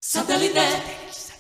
Satellite.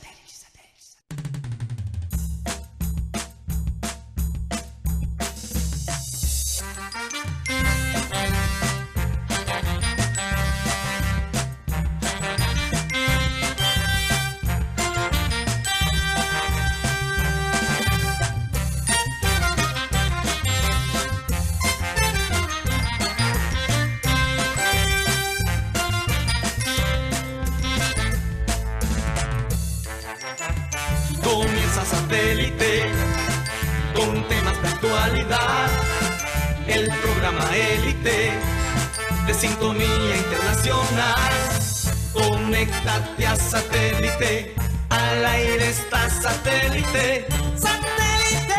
Comienza Satélite con temas de actualidad, el programa élite de sintonía internacional. Conéctate a Satélite, al aire está Satélite. ¡Satélite!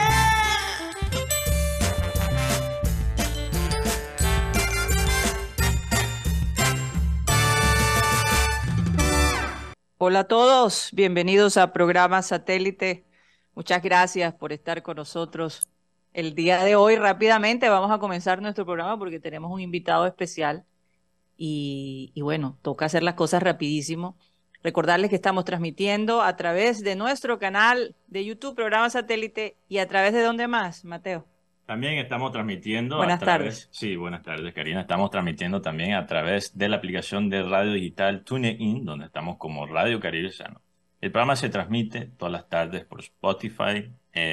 Hola a todos, bienvenidos a programa Satélite. Muchas gracias por estar con nosotros el día de hoy. Rápidamente vamos a comenzar nuestro programa porque tenemos un invitado especial y bueno, toca hacer las cosas rapidísimo. Recordarles que estamos transmitiendo a través de nuestro canal de YouTube, programa Satélite, y a través de ¿dónde más, Mateo? También estamos transmitiendo a Buenas través, tardes. sí, buenas tardes, Karina. Estamos transmitiendo también a través de la aplicación de radio digital TuneIn, donde estamos como Radio Caribe Sano. El programa se transmite todas las tardes por Spotify,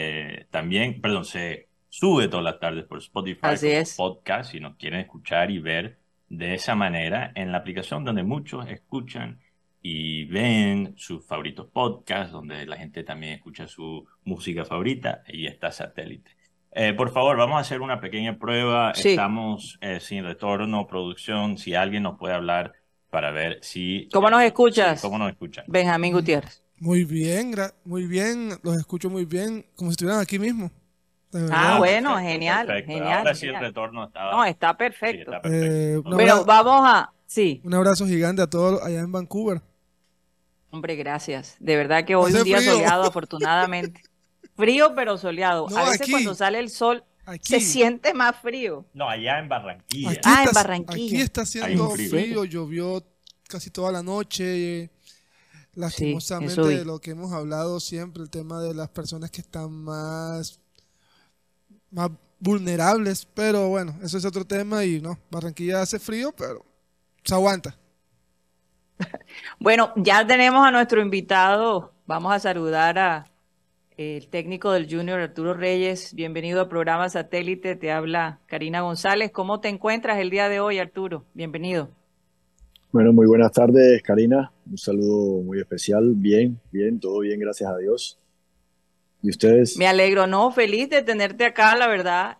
se sube todas las tardes por Spotify Así como es. podcast, si nos quieren escuchar y ver de esa manera en la aplicación donde muchos escuchan y ven sus favoritos podcasts, donde la gente también escucha su música favorita, y está Satélite. Por favor, vamos a hacer una pequeña prueba. Sí. Estamos sin retorno, producción. Si alguien nos puede hablar para ver si... ¿Cómo nos sí, escuchas, ¿cómo nos escuchan? Benjamín Gutiérrez? Muy bien, muy bien, los escucho muy bien, como si estuvieran aquí mismo, de Ah, verdad. bueno, Perfecto, genial, perfecto. genial, Ahora sí el genial. retorno No, estaba... está Sí, perfecto. está perfecto. Un, Ok. Bueno, vamos a... Sí, un abrazo gigante a todos allá en Vancouver. hombre, gracias. De verdad que hoy Hace un día frío. soleado, afortunadamente. Frío, pero soleado. No, A veces cuando aquí, sale el sol se aquí, siente más frío. No, allá en Barranquilla. aquí Ah, en está, aquí Barranquilla. está Hay un haciendo frío. frío, llovió casi toda la noche, Sí, eso lastimosamente de vi. lo que hemos hablado siempre, el tema de las personas que están más vulnerables, pero bueno, eso es otro tema y no, Barranquilla hace frío, pero se aguanta. Bueno, ya tenemos a nuestro invitado. Vamos a saludar a el técnico del Junior, Arturo Reyes. Bienvenido al programa Satélite. Te habla Karina González. ¿Cómo te encuentras el día de hoy, Arturo? Bienvenido. Bueno, muy buenas tardes, Karina. Un saludo muy especial. Bien, bien, todo bien, gracias a Dios. ¿Y ustedes? Me alegro, ¿no? Feliz de tenerte acá, la verdad.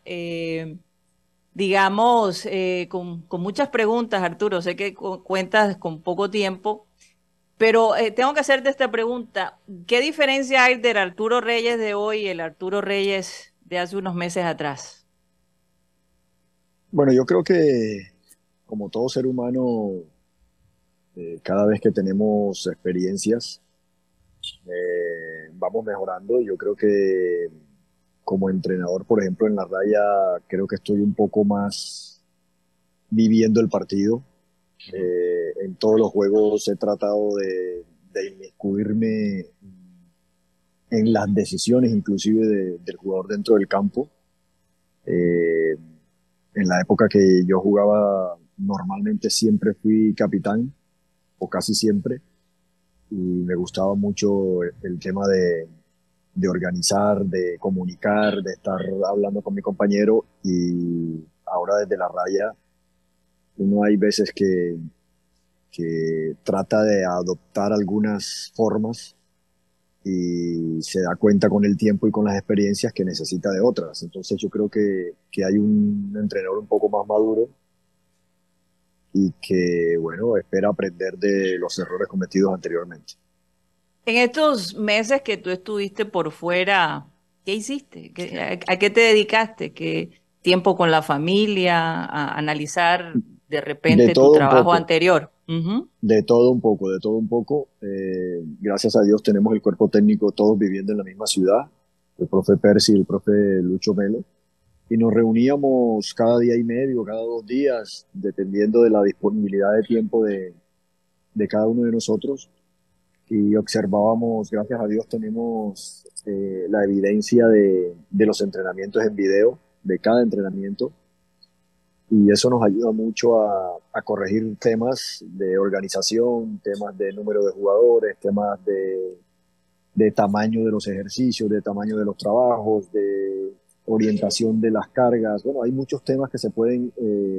Digamos, con muchas preguntas, Arturo. Sé que cuentas con poco tiempo, pero tengo que hacerte esta pregunta. ¿Qué diferencia hay del Arturo Reyes de hoy y el Arturo Reyes de hace unos meses atrás? Bueno, yo creo que como todo ser humano, cada vez que tenemos experiencias, vamos mejorando. Yo creo que como entrenador, por ejemplo, en la raya, creo que estoy un poco más viviendo el partido. En todos los juegos he tratado de inmiscuirme en las decisiones inclusive del jugador dentro del campo. Eh, en la época que yo jugaba, normalmente siempre fui capitán, o casi siempre, y me gustaba mucho el tema de organizar, de comunicar, de estar hablando con mi compañero, y ahora desde la raya, uno hay veces que trata de adoptar algunas formas y se da cuenta con el tiempo y con las experiencias que necesita de otras. Entonces yo creo que hay un entrenador un poco más maduro y que, bueno, espera aprender de los errores cometidos anteriormente. En estos meses que tú estuviste por fuera, ¿qué hiciste? ¿A qué te dedicaste? ¿Qué tiempo con la familia? ¿A analizar de De repente tu todo un trabajo poco, anterior? Ujú. de todo un poco, de todo un poco. Gracias a Dios tenemos el cuerpo técnico todos viviendo en la misma ciudad, el profe Percy y el profe Lucho Melo, y nos reuníamos cada día y medio, cada 2 días, dependiendo de la disponibilidad de tiempo de cada uno de nosotros. y observábamos, gracias a Dios tenemos la evidencia de los entrenamientos en video, de cada entrenamiento, y eso nos ayuda mucho a corregir temas de organización, temas de número de jugadores, temas de tamaño de los ejercicios, de tamaño de los trabajos, de orientación de las cargas. Bueno, hay muchos temas que se pueden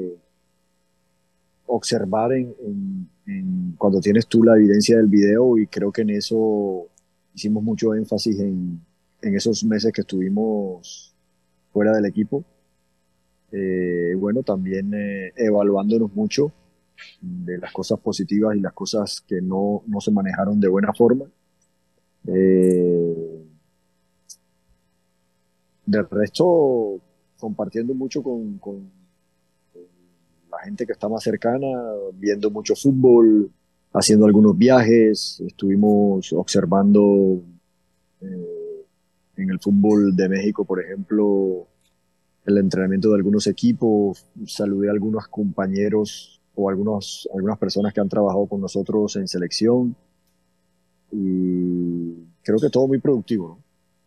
observar cuando tienes tú la evidencia del video, y creo que en eso hicimos mucho énfasis en esos meses que estuvimos fuera del equipo. Bueno, también evaluándonos mucho de las cosas positivas y las cosas que no se manejaron de buena forma. Del resto, compartiendo mucho con la gente que está más cercana, viendo mucho fútbol, haciendo algunos viajes, estuvimos observando en el fútbol de México, por ejemplo, el entrenamiento de algunos equipos, saludé a algunos compañeros o algunas personas que han trabajado con nosotros en selección, y creo que todo muy productivo, ¿no?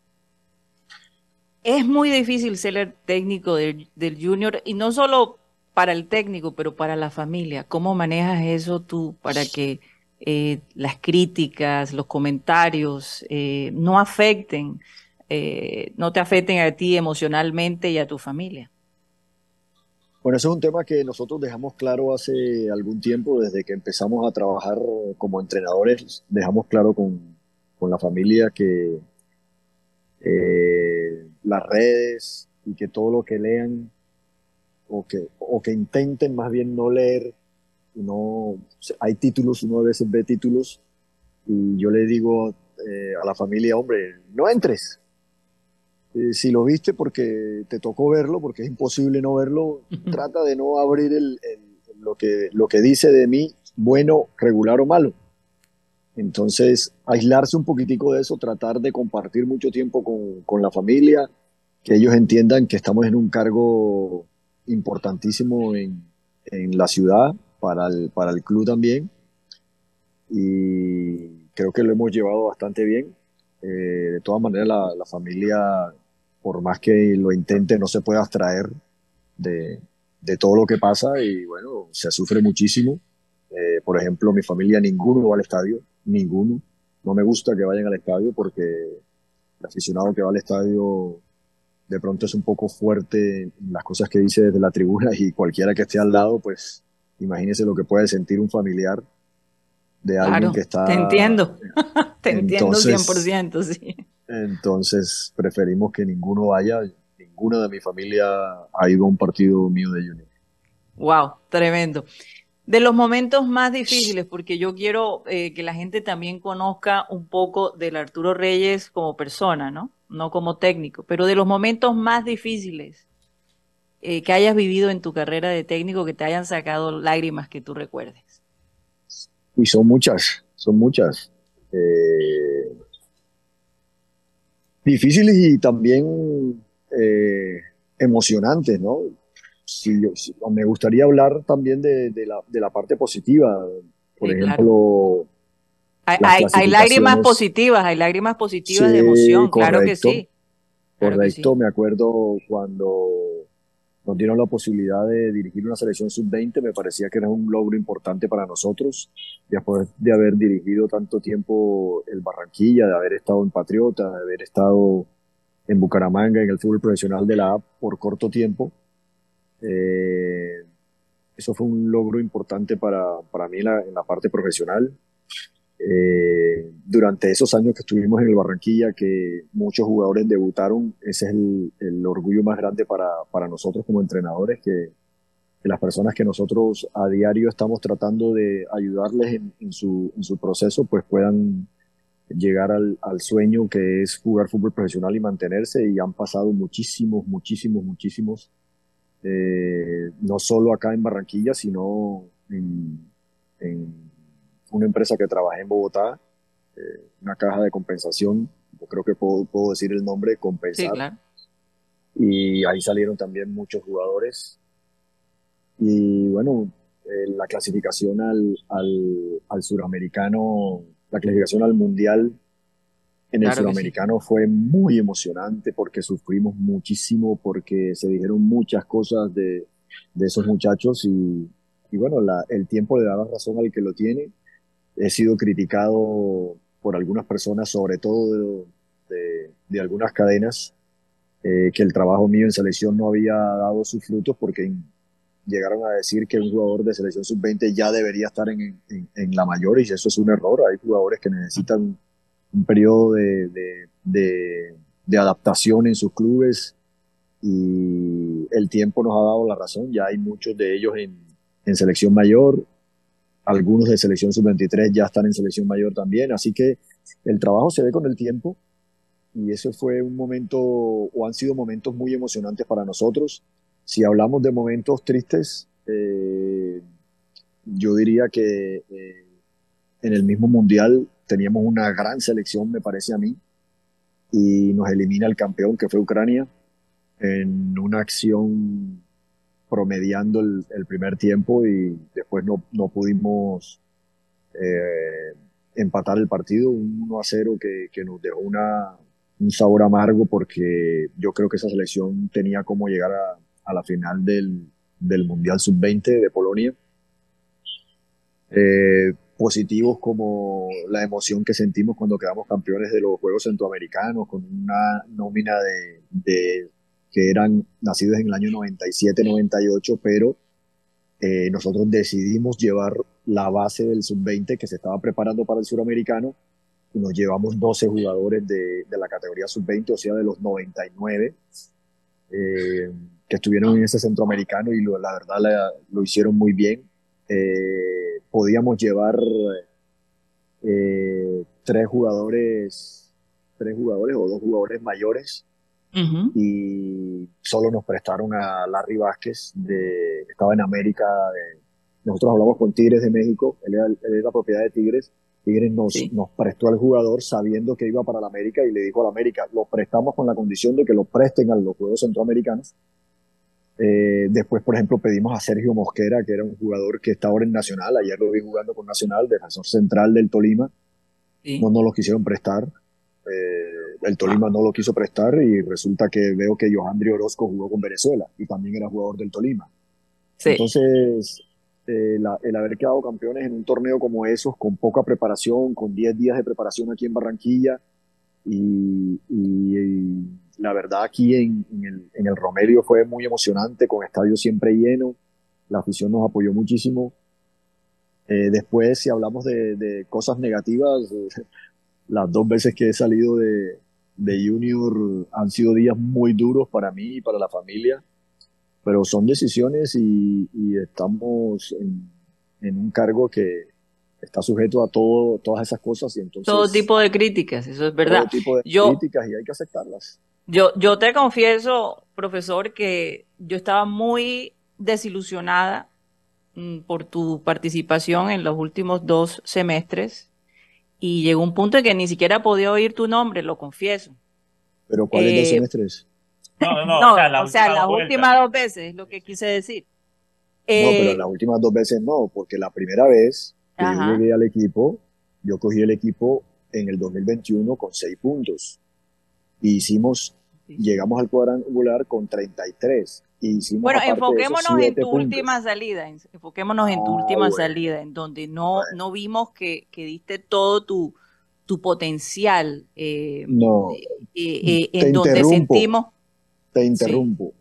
Es muy difícil ser el técnico del Junior, y no solo para el técnico, pero para la familia. ¿Cómo manejas eso tú para que las críticas, los comentarios no afecten, no te afecten a ti emocionalmente y a tu familia? Bueno, eso es un tema que nosotros dejamos claro hace algún tiempo, desde que empezamos a trabajar como entrenadores. Dejamos claro con la familia que las redes y que todo lo que lean o que intenten más bien no leer, no, hay títulos, uno a veces ve títulos, y yo le digo a la familia, hombre, no entres. Si lo viste porque te tocó verlo, porque es imposible no verlo, trata de no abrir lo que dice de mí, bueno, regular o malo. Entonces, aislarse un poquitico de eso, tratar de compartir mucho tiempo con la familia, que ellos entiendan que estamos en un cargo importantísimo en la ciudad, para el club también, y creo que lo hemos llevado bastante bien. De todas maneras, la familia, por más que lo intente, no se puede abstraer de todo lo que pasa, y bueno, se sufre muchísimo. Por ejemplo, mi familia, ninguno va al estadio, ninguno. No me gusta que vayan al estadio porque el aficionado que va al estadio de pronto es un poco fuerte en las cosas que dice desde la tribuna, y cualquiera que esté al lado, pues imagínese lo que puede sentir un familiar de alguien Claro, que está. te entiendo, te entiendo Entonces, 100%, sí. entonces preferimos que ninguno vaya. Ninguno de mi familia ha ido a un partido mío de Junior. Wow, tremendo. De los momentos más difíciles, porque yo quiero que la gente también conozca un poco del Arturo Reyes como persona, ¿no? No como técnico, pero de los momentos más difíciles que hayas vivido en tu carrera de técnico, que te hayan sacado lágrimas que tú recuerdes. Y son muchas, son muchas. Eh, Difíciles y también emocionantes, ¿no? Me gustaría hablar también de la parte positiva. Por Sí, claro. ejemplo, Hay, las hay, clasificaciones. hay lágrimas positivas de Sí, emoción, claro que correcto, sí, claro que sí. correcto. Me acuerdo cuando nos dieron la posibilidad de dirigir una selección sub-20, me parecía que era un logro importante para nosotros, después de haber dirigido tanto tiempo el Barranquilla, de haber estado en Patriota, de haber estado en Bucaramanga, en el fútbol profesional de la A por corto tiempo. Eh, Eso fue un logro importante para mí en la parte profesional. Durante esos años que estuvimos en el Barranquilla, que muchos jugadores debutaron, ese es el orgullo más grande para nosotros como entrenadores, que las personas que nosotros a diario estamos tratando de ayudarles en su proceso, pues puedan llegar al sueño que es jugar fútbol profesional y mantenerse. Y han pasado muchísimos, muchísimos, muchísimos, no solo acá en Barranquilla, sino en una empresa que trabajé en Bogotá, una caja de compensación, yo creo que puedo decir el nombre, Sí, Compensar, claro. y ahí salieron también muchos jugadores. Y bueno, la clasificación al suramericano la clasificación al Mundial en el Claro que sí. Suramericano fue muy emocionante porque sufrimos muchísimo, porque se dijeron muchas cosas de esos muchachos y bueno, el tiempo le da la razón al que lo tiene. He sido criticado por algunas personas, sobre todo de algunas cadenas, que el trabajo mío en selección no había dado sus frutos porque llegaron a decir que un jugador de selección sub-20 ya debería estar en la mayor y eso es un error. Hay jugadores que necesitan un periodo de adaptación en sus clubes y el tiempo nos ha dado la razón. Ya hay muchos de ellos en selección mayor, algunos de selección sub-23 ya están en selección mayor también, así que el trabajo se ve con el tiempo y ese fue un momento, o han sido momentos muy emocionantes para nosotros. Si hablamos de momentos tristes, yo diría que en el mismo Mundial teníamos una gran selección, me parece a mí, y nos elimina el campeón, que fue Ucrania, en una acción promediando el primer tiempo y después no pudimos empatar el partido, un 1-0 que nos dejó un sabor amargo porque yo creo que esa selección tenía como llegar a la final del Mundial Sub-20 de Polonia. Positivos como la emoción que sentimos cuando quedamos campeones de los Juegos Centroamericanos con una nómina que eran nacidos en el año 97-98, pero nosotros decidimos llevar la base del sub-20 que se estaba preparando para el suramericano y nos llevamos 12 jugadores de la categoría sub-20, o sea, de los 99 que estuvieron en ese centroamericano y la verdad lo hicieron muy bien. Podíamos llevar tres jugadores o dos jugadores mayores y solo nos prestaron a Larry Vázquez, estaba en América. Nosotros hablamos con Tigres de México, él era propiedad de Tigres. Tigres Sí. nos prestó al jugador sabiendo que iba para la América y le dijo a la América, lo prestamos con la condición de que lo presten a los Juegos Centroamericanos. Después, por ejemplo, pedimos a Sergio Mosquera, que era un jugador que está ahora en Nacional, ayer lo vi jugando con Nacional, defensor central del Tolima, Sí. no nos lo quisieron prestar, el Tolima no lo quiso prestar y resulta que veo que Johandri Orozco jugó con Venezuela y también era jugador del Tolima. Sí. Entonces, el haber quedado campeones en un torneo como esos, con poca preparación, con 10 días de preparación aquí en Barranquilla, y la verdad aquí en el Romelio fue muy emocionante, con estadio siempre lleno, la afición nos apoyó muchísimo. Después, si hablamos de cosas negativas, las dos veces que he salido de Junior han sido días muy duros para mí y para la familia, pero son decisiones y estamos en un cargo que está sujeto a todas esas cosas y Todo entonces tipo de críticas, eso es todo verdad. tipo de Yo, críticas y hay que aceptarlas. yo te confieso, profesor, que yo estaba muy desilusionada por tu participación en los últimos 2 semestres y llegó un punto en que ni siquiera podía oír tu nombre, lo confieso. Pero ¿cuáles dos Eh, semestres? No, o no, sea, la o sea, última las dos vueltas. últimas 2 veces es lo que quise decir. No, pero en las Eh, últimas dos veces no, porque la primera vez que yo ajá. llegué al equipo, yo cogí el equipo en el 2021 con 6 puntos. Y llegamos al cuadrangular con 33. Y hicimos Bueno, aparte de esos enfoquémonos en 7 tu última puntos. salida, enfoquémonos en tu Ah, última bueno, salida, en donde bueno. no vimos que diste todo tu potencial, No, te en donde interrumpo, sentimos, te sí. interrumpo.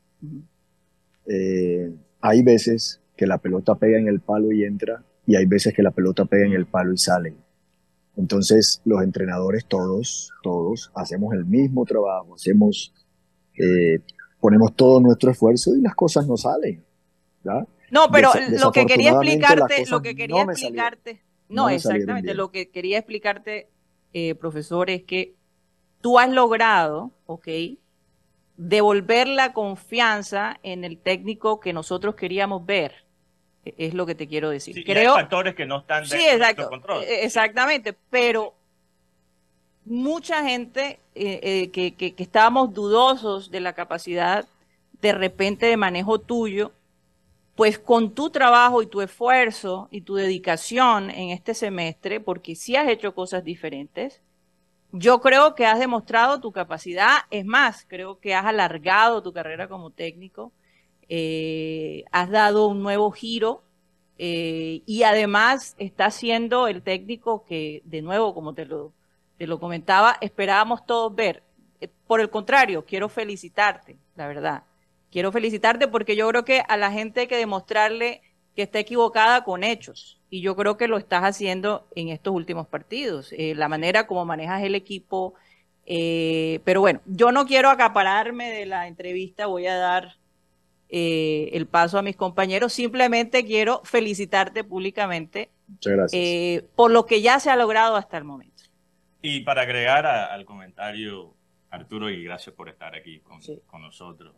Hay veces que la pelota pega en el palo y entra, y hay veces que la pelota pega en el palo y sale. Entonces, los entrenadores, todos, hacemos el mismo trabajo, eh, ponemos todo nuestro esfuerzo y las cosas no salen, ¿ya? No, pero Desafortunadamente las cosas lo que quería no me salieron, explicarte, no no, me salieron exactamente, bien. lo que quería explicarte, profesor, es que tú has logrado, ¿ok? Devolver la confianza en el técnico que nosotros queríamos ver. Es lo que te quiero decir. Sí, y hay Creo, factores que no están sí, dentro de nuestro exacto, control. exactamente, pero mucha gente que estábamos dudosos de la capacidad de repente de manejo tuyo, pues con tu trabajo y tu esfuerzo y tu dedicación en este semestre, porque sí has hecho cosas diferentes, yo creo que has demostrado tu capacidad. Es más, creo que has alargado tu carrera como técnico, has dado un nuevo giro, y además estás siendo el técnico que, de nuevo, como te lo comentaba, esperábamos todos ver. Por el contrario, quiero felicitarte, la verdad. Quiero felicitarte porque yo creo que a la gente hay que demostrarle que está equivocada con hechos. Y yo creo que lo estás haciendo en estos últimos partidos. La manera como manejas el equipo. Pero bueno, yo no quiero acapararme de la entrevista, voy a dar el paso a mis compañeros. Simplemente quiero felicitarte públicamente Muchas gracias. por lo que ya se ha logrado hasta el momento. Y para agregar al comentario, Arturo, y gracias por estar aquí con nosotros.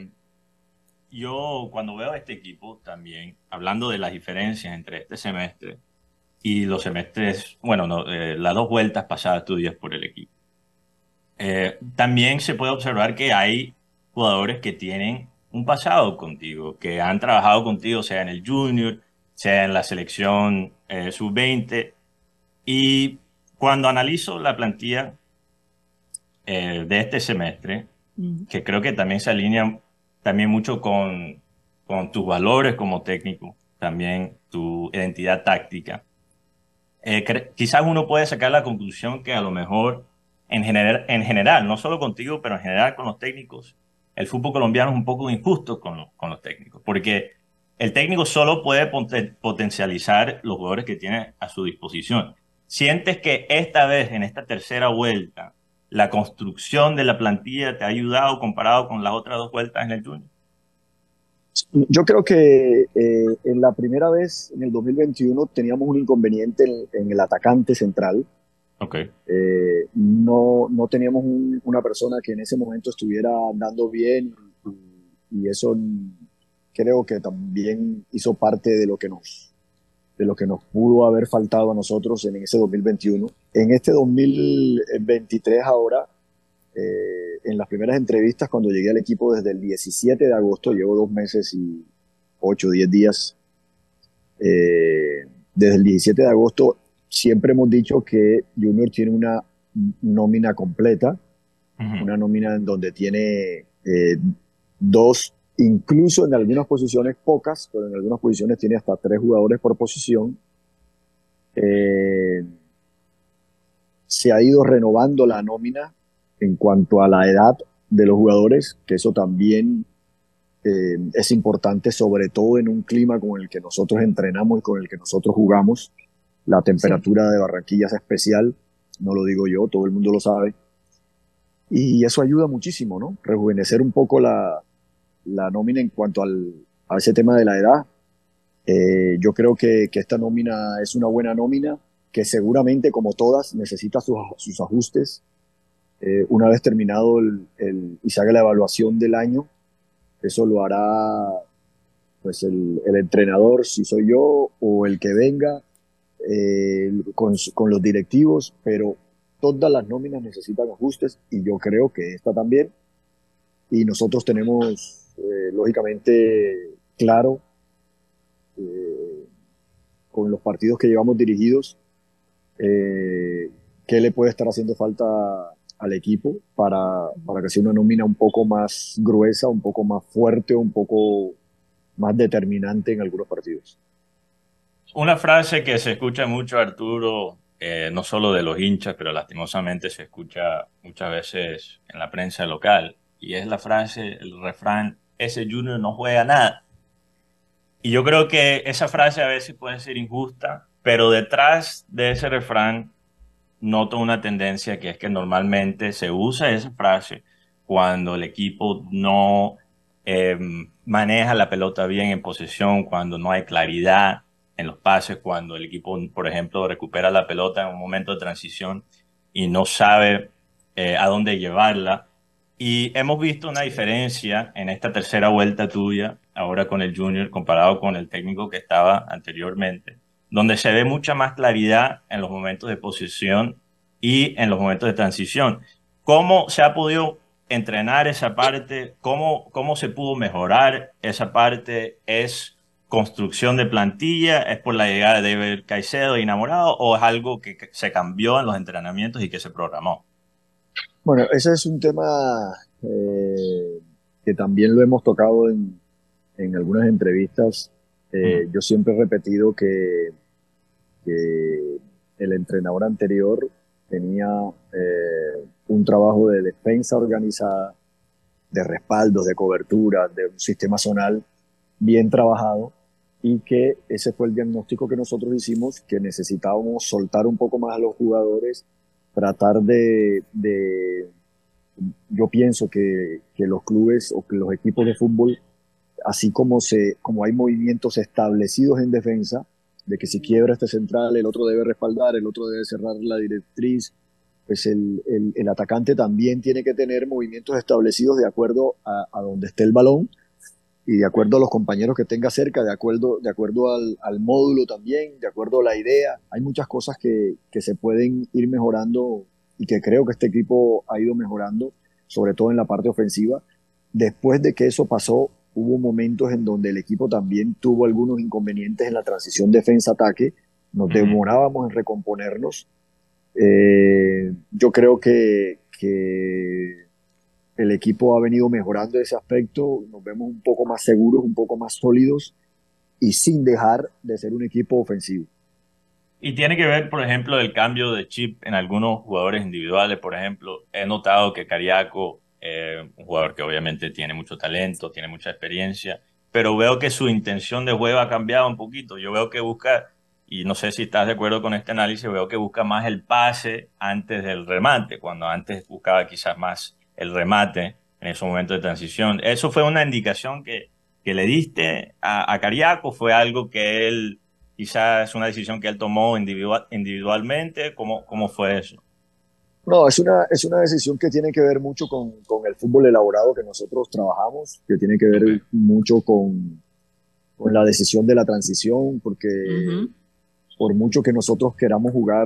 Yo cuando veo a este equipo también, hablando de las diferencias entre este semestre y los semestres, bueno, no, las 2 vueltas pasadas tuyas por el equipo, también se puede observar que hay jugadores que tienen un pasado contigo, que han trabajado contigo, sea en el Junior, sea en la selección sub-20. Y cuando analizo la plantilla de este semestre, que creo que también se alinea también mucho con tus valores como técnico, también tu identidad táctica. Quizás uno puede sacar la conclusión que a lo mejor en general, no solo contigo, pero en general con los técnicos, el fútbol colombiano es un poco injusto con los técnicos, porque el técnico solo puede potencializar los jugadores que tiene a su disposición. ¿Sientes que esta vez, en esta tercera vuelta, la construcción de la plantilla te ha ayudado comparado con las otras 2 vueltas en el Junior? Yo creo que en la primera vez, en el 2021, teníamos un inconveniente en el atacante central. Okay. No teníamos una persona que en ese momento estuviera andando bien, y eso creo que también hizo parte de lo que nos pudo haber faltado a nosotros en ese 2021. En este 2023 ahora, en las primeras entrevistas cuando llegué al equipo desde el 17 de agosto, llevo 2 meses y 8 o 10 días, desde el 17 de agosto siempre hemos dicho que Junior tiene una nómina completa, una nómina en donde tiene 2, incluso en algunas posiciones pocas, pero en algunas posiciones tiene hasta 3 jugadores por posición. Se ha ido renovando la nómina en cuanto a la edad de los jugadores, que eso también es importante, sobre todo en un clima con el que nosotros entrenamos y con el que nosotros jugamos. La temperatura de Barranquilla es especial, no lo digo yo, todo el mundo lo sabe. Y eso ayuda muchísimo, ¿no? Rejuvenecer un poco la nómina en cuanto a ese tema de la edad. Yo creo que esta nómina es una buena nómina, que seguramente, como todas, necesita sus ajustes. Una vez terminado y se haga la evaluación del año, eso lo hará pues el entrenador, si soy yo, o el que venga, con los directivos, pero todas las nóminas necesitan ajustes, y yo creo que esta también. Y nosotros tenemos, lógicamente, claro, con los partidos que llevamos dirigidos, qué le puede estar haciendo falta al equipo para que sea una nómina un poco más gruesa, un poco más fuerte, un poco más determinante en algunos partidos. Una frase que se escucha mucho, Arturo, no solo de los hinchas, pero lastimosamente se escucha muchas veces en la prensa local, y es la frase, el refrán: ese Junior no juega nada. Y yo creo que esa frase a veces puede ser injusta, pero detrás de ese refrán noto una tendencia, que es que normalmente se usa esa frase cuando el equipo no maneja la pelota bien en posesión, cuando no hay claridad en los pases, cuando el equipo, por ejemplo, recupera la pelota en un momento de transición y no sabe a dónde llevarla. Y hemos visto una diferencia en esta tercera vuelta tuya, ahora con el Junior, comparado con el técnico que estaba anteriormente, donde se ve mucha más claridad en los momentos de posesión y en los momentos de transición. ¿Cómo se ha podido entrenar esa parte? ¿Cómo se pudo mejorar esa parte? ¿Es construcción de plantilla? ¿Es por la llegada de David Caicedo y Enamorado? ¿O es algo que se cambió en los entrenamientos y que se programó? Bueno, ese es un tema que también lo hemos tocado en algunas entrevistas. Yo siempre he repetido que el entrenador anterior tenía un trabajo de defensa organizada, de respaldos, de cobertura, de un sistema zonal bien trabajado, y que ese fue el diagnóstico que nosotros hicimos, que necesitábamos soltar un poco más a los jugadores, tratar yo pienso que los clubes o que los equipos de fútbol, así como hay movimientos establecidos en defensa, de que si quiebra este central, el otro debe respaldar, el otro debe cerrar la directriz, pues el atacante también tiene que tener movimientos establecidos de acuerdo a donde esté el balón y de acuerdo a los compañeros que tenga cerca, de acuerdo al módulo también, de acuerdo a la idea. Hay muchas cosas que se pueden ir mejorando y que creo que este equipo ha ido mejorando, sobre todo en la parte ofensiva. Después de que eso pasó, hubo momentos en donde el equipo también tuvo algunos inconvenientes en la transición defensa-ataque. Nos demorábamos en recomponernos. Yo creo que el equipo ha venido mejorando ese aspecto. Nos vemos un poco más seguros, un poco más sólidos y sin dejar de ser un equipo ofensivo. Y tiene que ver, por ejemplo, el cambio de chip en algunos jugadores individuales. Por ejemplo, he notado que Cariaco, un jugador que obviamente tiene mucho talento, tiene mucha experiencia, pero veo que su intención de juego ha cambiado un poquito. Yo veo que busca, y no sé si estás de acuerdo con este análisis, veo que busca más el pase antes del remate, cuando antes buscaba quizás más el remate en esos momentos de transición. ¿Eso fue una indicación que le diste a Cariaco? ¿Fue algo que él... quizás una decisión que él tomó individualmente? ¿Cómo fue eso? No, es una decisión que tiene que ver mucho con el fútbol elaborado que nosotros trabajamos, que tiene que ver mucho con la decisión de la transición, porque por mucho que nosotros queramos jugar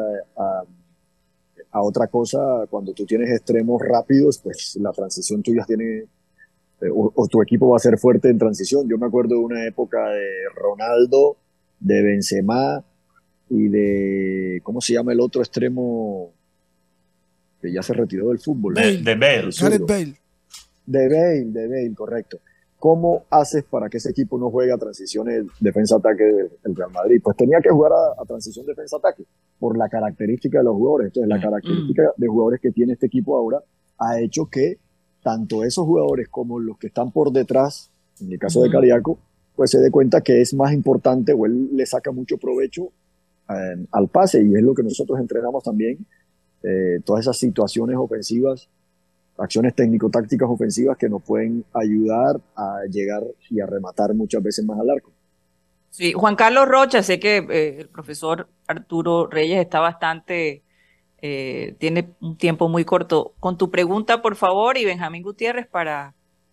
a otra cosa, cuando tú tienes extremos rápidos, pues la transición tuya tiene... o tu equipo va a ser fuerte en transición. Yo me acuerdo de una época de Ronaldo, de Benzema y de, ¿cómo se llama el otro extremo que ya se retiró del fútbol? De Bale. Gareth Bale. De Bale, correcto. ¿Cómo haces para que ese equipo no juegue a transiciones defensa-ataque del Real Madrid? Pues tenía que jugar a transición defensa-ataque por la característica de los jugadores. Entonces, la característica de jugadores que tiene este equipo ahora ha hecho que tanto esos jugadores como los que están por detrás, en el caso de Cariaco, pues se dé cuenta que es más importante, o él le saca mucho provecho al pase, y es lo que nosotros entrenamos también, todas esas situaciones ofensivas, acciones técnico-tácticas ofensivas que nos pueden ayudar a llegar y a rematar muchas veces más al arco. Sí, Juan Carlos Rocha, sé que el profesor Arturo Reyes está bastante, tiene un tiempo muy corto. Con tu pregunta, por favor, y Benjamín Gutiérrez para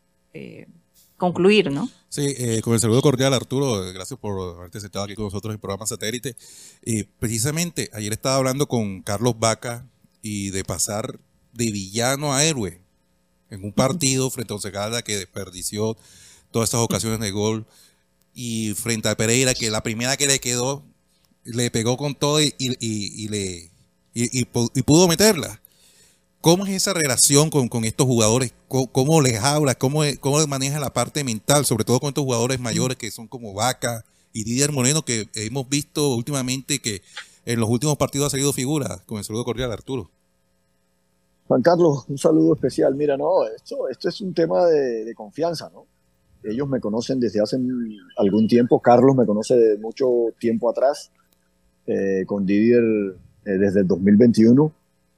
concluir, ¿no? Sí, con el saludo cordial, Arturo, gracias por haberte sentado aquí con nosotros en el programa Satélite. Precisamente, ayer estaba hablando con Carlos Vaca y de pasar de villano a héroe en un partido frente a Once Caldas que desperdició todas esas ocasiones de gol, y frente a Pereira, que la primera que le quedó le pegó con todo y pudo meterla. ¿Cómo es esa relación con estos jugadores? ¿Cómo les habla? ¿Cómo maneja la parte mental? Sobre todo con estos jugadores mayores que son como Vaca y Didier Moreno, que hemos visto últimamente que en los últimos partidos ha salido figura. Con el saludo cordial, Arturo. Juan Carlos, un saludo especial. Mira, no, esto es un tema de confianza, ¿no? Ellos me conocen desde hace algún tiempo. Carlos me conoce de mucho tiempo atrás, con Didier desde el 2021.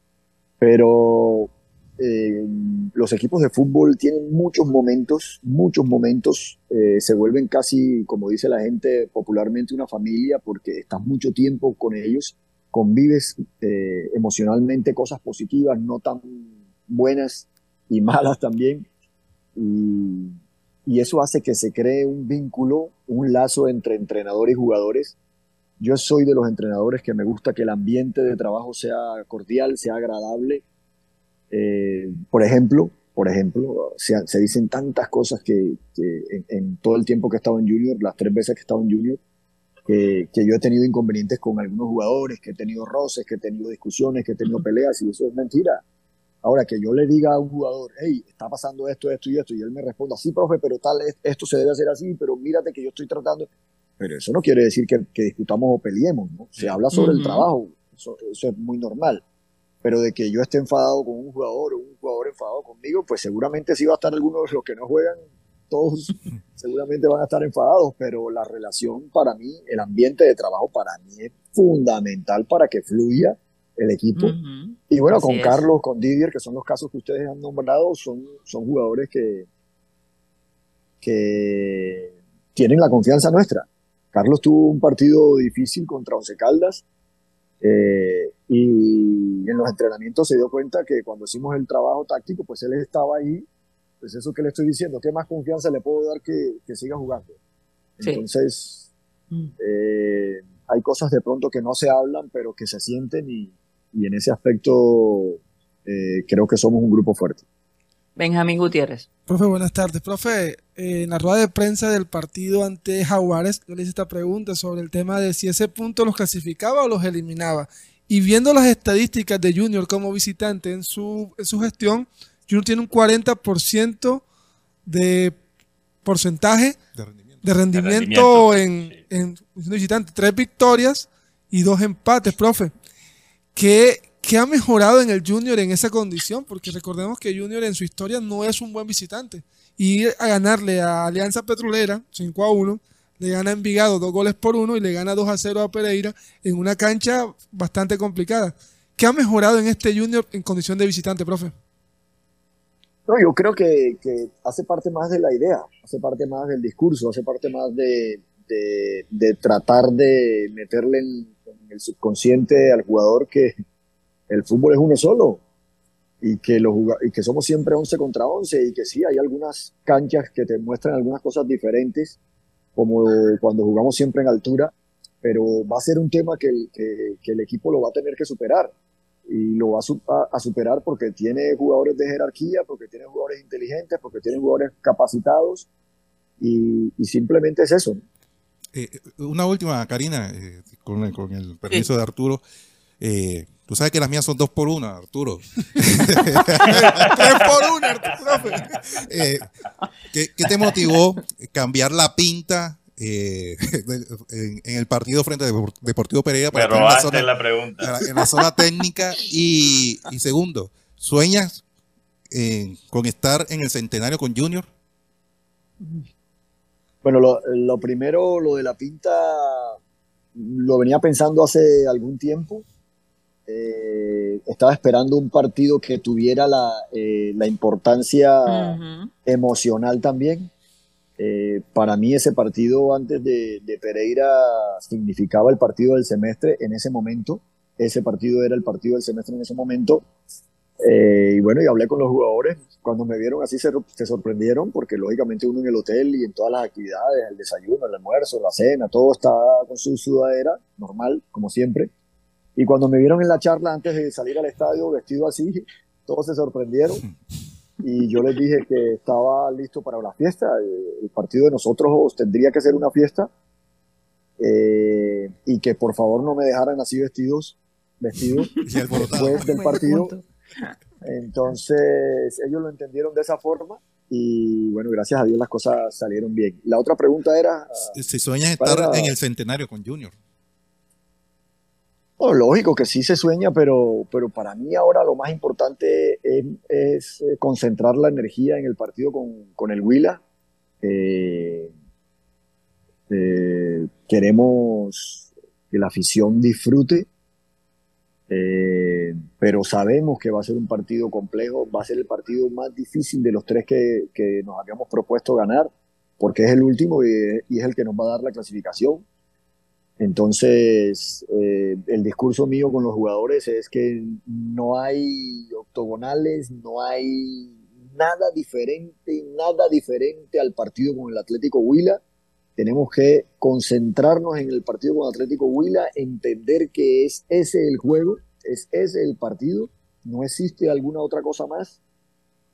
Pero los equipos de fútbol tienen muchos momentos, se vuelven casi, como dice la gente popularmente, una familia, porque estás mucho tiempo con ellos, convives emocionalmente cosas positivas, no tan buenas y malas también, y eso hace que se cree un vínculo, un lazo entre entrenador y jugadores. Yo soy de los entrenadores que me gusta que el ambiente de trabajo sea cordial, sea agradable. Por ejemplo, por ejemplo, se dicen tantas cosas que en todo el tiempo que he estado en Junior, las 3 veces que he estado en Junior, que yo he tenido inconvenientes con algunos jugadores, que he tenido roces, que he tenido discusiones, que he tenido peleas, y eso es mentira. Ahora, que yo le diga a un jugador, hey, está pasando esto, esto y esto, y él me responda, sí, profe, pero tal, esto se debe hacer así, pero mírate que yo estoy tratando. Pero eso no quiere decir que discutamos o peleemos, ¿no? Se habla sobre el trabajo, eso es muy normal. Pero de que yo esté enfadado con un jugador o un jugador enfadado conmigo, pues seguramente sí va a estar algunos de los que no juegan, todos seguramente van a estar enfadados, pero la relación para mí, el ambiente de trabajo para mí es fundamental para que fluya el equipo. Y bueno, Así con es. Carlos, con Didier, que son los casos que ustedes han nombrado, son jugadores que tienen la confianza nuestra. Carlos tuvo un partido difícil contra Once Caldas, y en los entrenamientos se dio cuenta que cuando hicimos el trabajo táctico, pues él estaba ahí. Pues eso que le estoy diciendo, ¿qué más confianza le puedo dar que siga jugando? Sí. Entonces, hay cosas de pronto que no se hablan, pero que se sienten, y en ese aspecto creo que somos un grupo fuerte. Benjamín Gutiérrez. Profe, buenas tardes. Profe, en la rueda de prensa del partido ante Jaguares, yo le hice esta pregunta sobre el tema de si ese punto los clasificaba o los eliminaba. Y viendo las estadísticas de Junior como visitante en su gestión, Junior tiene un 40% de porcentaje de rendimiento en visitante. 3 victorias y 2 empates, profe. ¿Qué ha mejorado en el Junior en esa condición? Porque recordemos que Junior en su historia no es un buen visitante. Y a ganarle a Alianza Petrolera 5-1, le gana a Envigado 2-1 y le gana 2-0 a Pereira en una cancha bastante complicada. ¿Qué ha mejorado en este Junior en condición de visitante, profe? No, yo creo que hace parte más de la idea, hace parte más del discurso, hace parte más de tratar de meterle en el subconsciente al jugador que el fútbol es uno solo, y que somos siempre 11 contra 11, y que sí, hay algunas canchas que te muestran algunas cosas diferentes, como cuando jugamos siempre en altura, pero va a ser un tema que el equipo lo va a tener que superar. Y lo va a superar porque tiene jugadores de jerarquía, porque tiene jugadores inteligentes, porque tiene jugadores capacitados, y simplemente es eso, ¿no? Una última, Karina, con el permiso de Arturo. Tú sabes que las mías son 2 por 1, Arturo. 3 por 1, profe. ¿Qué te motivó cambiar la pinta en el partido frente a Deportivo Pereira? Me robaste la pregunta. En la zona técnica. Y segundo, ¿sueñas con estar en el centenario con Junior? Bueno, lo primero, lo de la pinta, lo venía pensando hace algún tiempo. Estaba esperando un partido que tuviera la importancia emocional también. Para mí ese partido antes de Pereira significaba el partido del semestre en ese momento. Ese partido era el partido del semestre en ese momento. Y bueno, y hablé con los jugadores. Cuando me vieron así se sorprendieron, porque lógicamente uno en el hotel y en todas las actividades, el desayuno, el almuerzo, la cena, todo estaba con su sudadera, normal, como siempre. Y cuando me vieron en la charla antes de salir al estadio vestido así, todos se sorprendieron. Y yo les dije que estaba listo para la fiesta. El partido de nosotros tendría que ser una fiesta, y que por favor no me dejaran así vestidos después del partido. Entonces ellos lo entendieron de esa forma, y bueno, gracias a Dios las cosas salieron bien. La otra pregunta era si sueñas estar en el centenario con Junior. Oh, lógico que sí se sueña, pero para mí ahora lo más importante es concentrar la energía en el partido con el Huila. Queremos que la afición disfrute, pero sabemos que va a ser un partido complejo, va a ser el partido más difícil de los 3 que nos habíamos propuesto ganar, porque es el último y es el que nos va a dar la clasificación. Entonces, el discurso mío con los jugadores es que no hay octogonales, no hay nada diferente al partido con el Atlético Huila. Tenemos que concentrarnos en el partido con Atlético Huila, entender que es ese el juego, es ese el partido, no existe alguna otra cosa más,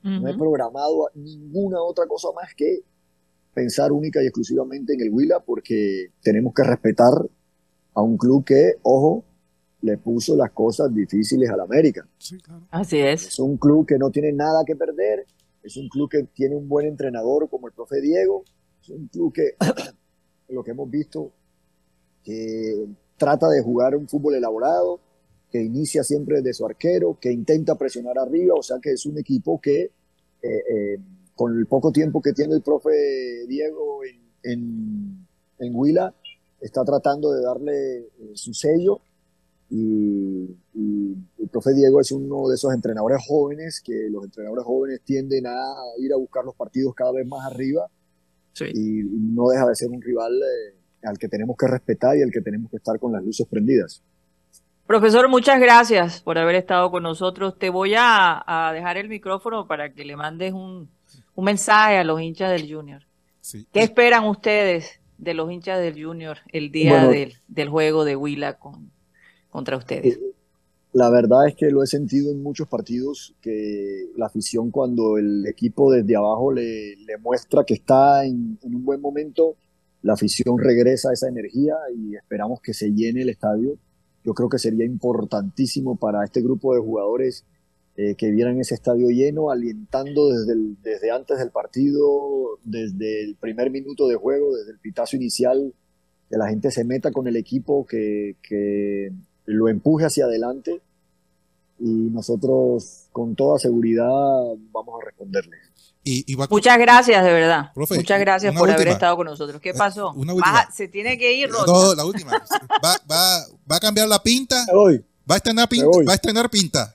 No he programado ninguna otra cosa más que pensar única y exclusivamente en el Huila, porque tenemos que respetar a un club que, ojo, le puso las cosas difíciles al América. Sí, claro. Así es. Es un club que no tiene nada que perder, es un club que tiene un buen entrenador como el profe Diego, es un club que, lo que hemos visto, que trata de jugar un fútbol elaborado, que inicia siempre desde su arquero, que intenta presionar arriba, o sea que es un equipo que con el poco tiempo que tiene el profe Diego en Huila, está tratando de darle su sello, y el profe Diego es uno de esos entrenadores jóvenes, que los entrenadores jóvenes tienden a ir a buscar los partidos cada vez más arriba, Sí. y no deja de ser un rival al que tenemos que respetar y al que tenemos que estar con las luces prendidas. Profesor, muchas gracias por haber estado con nosotros. Te voy a dejar el micrófono para que le mandes un mensaje a los hinchas del Junior. Sí. ¿Qué esperan ustedes de los hinchas del Junior el día del juego de Huila contra ustedes? La verdad es que lo he sentido en muchos partidos, que la afición, cuando el equipo desde abajo le muestra que está en un buen momento, la afición regresa esa energía y esperamos que se llene el estadio. Yo creo que sería importantísimo para este grupo de jugadores que vieran ese estadio lleno, alientando desde antes del partido, desde el primer minuto de juego, desde el pitazo inicial, que la gente se meta con el equipo, que lo empuje hacia adelante, y nosotros con toda seguridad vamos a responderles. Muchas gracias, de verdad. Profe, muchas gracias una por haber última. estado con nosotros. ¿Qué pasó? Una última. Se tiene que ir, Rocha. No, la última. ¿Va a cambiar la pinta? Me voy. ¿Va a estrenar pinta? Me voy. ¿Va a estrenar pinta?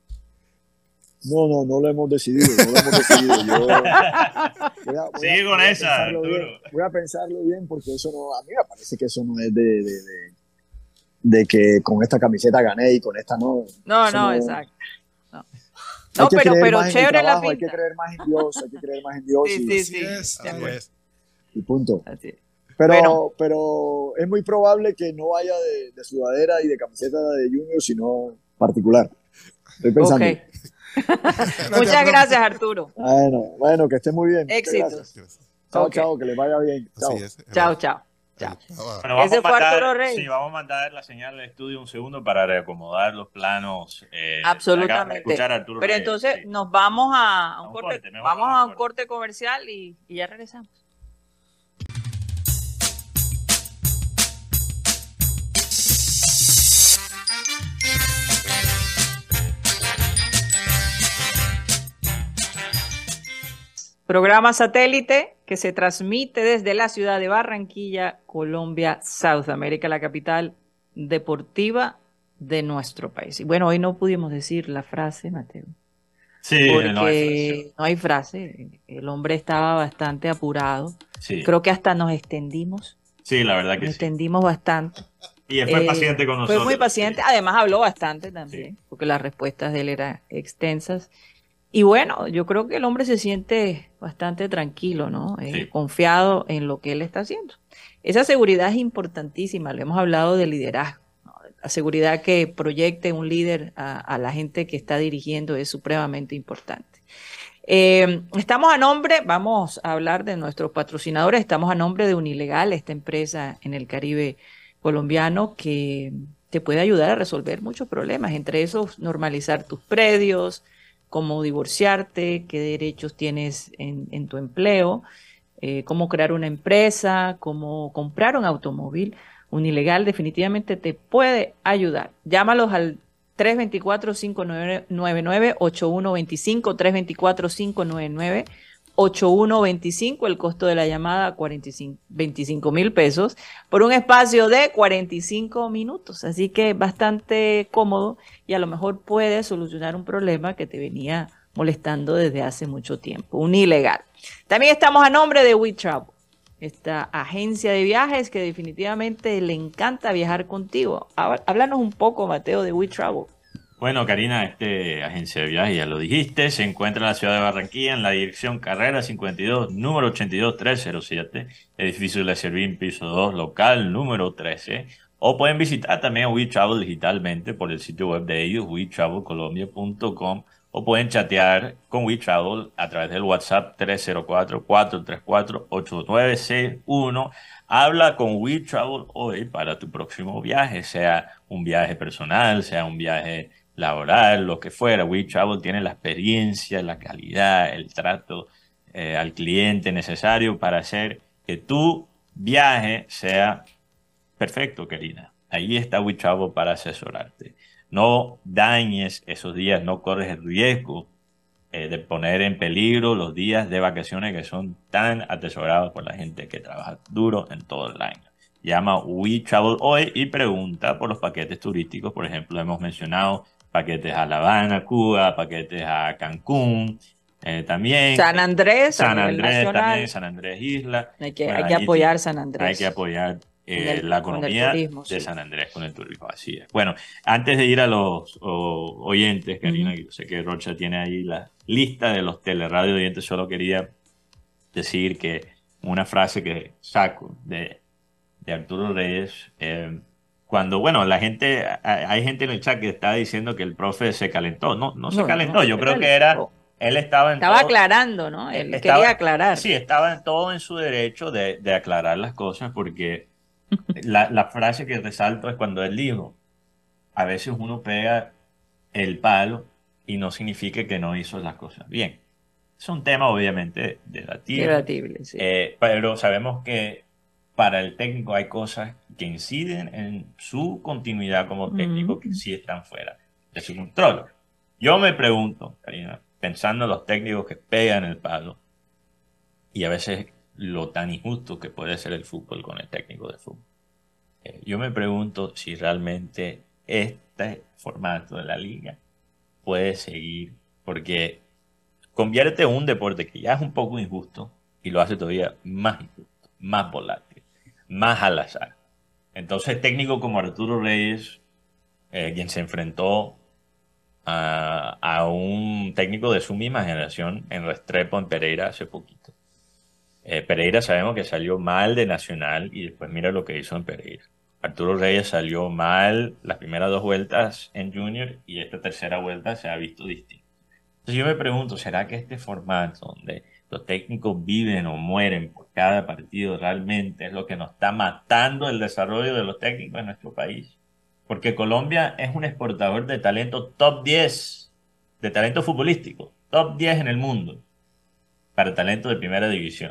No lo hemos decidido. Sigue con esa, Arturo. Voy a pensarlo bien, porque eso no, a mí me parece que eso no es de que con esta camiseta gané y con esta no. No, exacto. Hay No, que creer pero más en el chévere la trabajo, hay que pinta. creer más en Dios, Sí. Así es. y punto. Así es. Pero es muy probable que no vaya de sudadera y de camiseta de Junior, sino particular. Estoy pensando. Ok. Muchas gracias, Arturo. Bueno, que esté muy bien. Éxitos. Gracias. Chao, Ok. chao, que les vaya bien. Chao. Así es. Chao. Bueno, vamos Ese a fue mandar, Arturo Rey. sí, vamos a mandar la señal del estudio un segundo para reacomodar los planos. Absolutamente. Escuchar a Arturo Pero Rey, entonces sí. nos vamos a un corte. mejor Vamos vamos a a un un corte comercial y ya regresamos. Programa satélite que se transmite desde la ciudad de Barranquilla, Colombia, South America, la capital deportiva de nuestro país. Y bueno, hoy no pudimos decir la frase, Mateo, Sí, porque no hay no hay frase. El hombre estaba bastante apurado. sí. Creo que hasta nos extendimos, Sí, la verdad nos que sí. extendimos bastante. Y fue paciente con nosotros. Fue muy paciente, sí. además habló bastante también, porque las respuestas de él eran extensas. Y bueno, yo creo que el hombre se siente bastante tranquilo, ¿no? Sí. Confiado en lo que él está haciendo. Esa seguridad es importantísima, lo hemos hablado de liderazgo, ¿no? La seguridad que proyecte un líder a la gente que está dirigiendo es supremamente importante. Estamos a nombre, vamos a hablar de nuestros patrocinadores, estamos a nombre de Unilegal, esta empresa en el Caribe colombiano que te puede ayudar a resolver muchos problemas, entre esos normalizar tus predios, cómo divorciarte, qué derechos tienes en tu empleo, cómo crear una empresa, cómo comprar un automóvil. Unilegal definitivamente te puede ayudar. Llámalos al 324-599-8125, 324-599-8125, el costo de la llamada 25,000 pesos por un espacio de 45 minutos, así que bastante cómodo y a lo mejor puede solucionar un problema que te venía molestando desde hace mucho tiempo. Unilegal. También estamos a nombre de WeTravel, esta agencia de viajes que definitivamente le encanta viajar contigo. Háblanos un poco, Mateo, de WeTravel. Bueno, Karina, agencia de viajes, ya lo dijiste, se encuentra en la ciudad de Barranquilla, en la dirección Carrera 52, número 82307, edificio Le Servín, piso 2, local número 13. O pueden visitar también a WeTravel digitalmente por el sitio web de ellos, wetravelcolombia.com, o pueden chatear con WeTravel a través del WhatsApp 304-434-8961. Habla con WeTravel hoy para tu próximo viaje, sea un viaje personal, sea un viaje laboral, lo que fuera. WeTravel tiene la experiencia, la calidad, el trato al cliente necesario para hacer que tu viaje sea perfecto, Karina. Ahí está WeTravel para asesorarte. No dañes esos días, no corres el riesgo de poner en peligro los días de vacaciones que son tan atesorados por la gente que trabaja duro en todo el año. Llama WeTravel hoy y pregunta por los paquetes turísticos. Por ejemplo, hemos mencionado paquetes a La Habana, Cuba, paquetes a Cancún, también San Andrés, San a nivel Andrés nacional. también, San Andrés Isla. Hay que Bueno, apoyar San Andrés. Hay que apoyar con la economía turismo, de sí. San Andrés con el turismo, así es. Bueno, antes de ir a los oyentes, Karina, yo sé que Rocha tiene ahí la lista de los teleradio oyentes, solo quería decir que una frase que saco de Arturo Reyes, cuando, bueno, hay gente en el chat que está diciendo que el profe se calentó. No se calentó, yo creo que él estaba aclarando, ¿no? Él quería aclarar. Sí, estaba todo en su derecho de aclarar las cosas, porque la frase que resalto es cuando él dijo, a veces uno pega el palo y no significa que no hizo las cosas bien. Es un tema obviamente debatible, sí. Pero sabemos que para el técnico hay cosas que inciden en su continuidad como técnico que sí están fuera de su control. Yo me pregunto, Karina, pensando en los técnicos que pegan el palo y a veces lo tan injusto que puede ser el fútbol con el técnico de fútbol. Yo me pregunto si realmente este formato de la liga puede seguir, porque convierte un deporte que ya es un poco injusto y lo hace todavía más injusto, más volátil, más al azar. Entonces, técnico como Arturo Reyes, quien se enfrentó a un técnico de su misma generación en Restrepo, en Pereira, hace poquito. Pereira sabemos que salió mal de Nacional y después mira lo que hizo en Pereira. Arturo Reyes salió mal las primeras 2 vueltas en Junior y esta tercera vuelta se ha visto distinto. Entonces yo me pregunto, ¿será que este formato donde los técnicos viven o mueren por cada partido realmente es lo que nos está matando el desarrollo de los técnicos en nuestro país? Porque Colombia es un exportador de talento top 10, de talento futbolístico, top 10 en el mundo, para talento de primera división.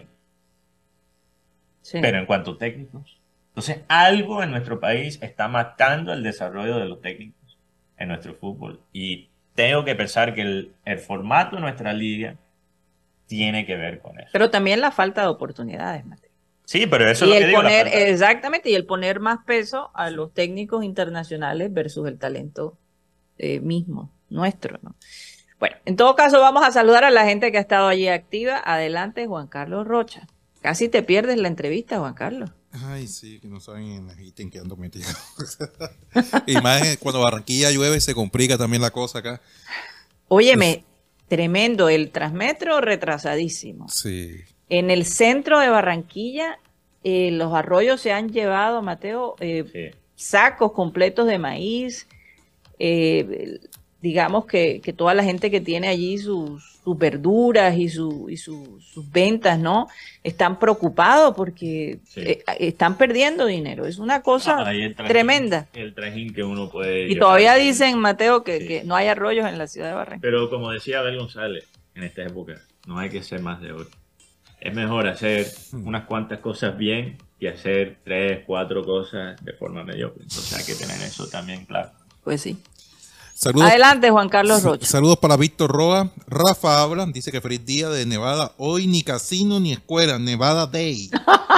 Sí. Pero en cuanto a técnicos, entonces algo en nuestro país está matando el desarrollo de los técnicos en nuestro fútbol. Y tengo que pensar que el formato de nuestra liga tiene que ver con eso. Pero también la falta de oportunidades, Mateo. Sí, pero eso es lo que digo. Exactamente, y el poner más peso a los técnicos internacionales versus el talento mismo, nuestro, ¿no? Bueno, en todo caso vamos a saludar a la gente que ha estado allí activa. Adelante, Juan Carlos Rocha. Casi te pierdes la entrevista, Juan Carlos. Ay, sí, que no saben en qué ando metido. Y más cuando Barranquilla llueve se complica también la cosa acá. Óyeme, tremendo, el Transmetro retrasadísimo. Sí. En el centro de Barranquilla, los arroyos se han llevado, Mateo, sí, sacos completos de maíz. Digamos que toda la gente que tiene allí sus verduras y sus ventas, ¿no? Están preocupados porque sí, están perdiendo dinero. Es una cosa tremenda. El trajín que uno puede... Y todavía dicen, Mateo, que no hay arroyos en la ciudad de Barranquilla. Pero como decía Abel González, en esta época no hay que ser más de 8. Es mejor hacer unas cuantas cosas bien que hacer 3, 4 cosas de forma mediocre. Entonces hay que tener eso también claro. Pues sí. Saludos, adelante, Juan Carlos Rocha. Saludos para Víctor Roa. Rafa habla, dice que feliz día de Nevada. Hoy ni casino ni escuela, Nevada Day.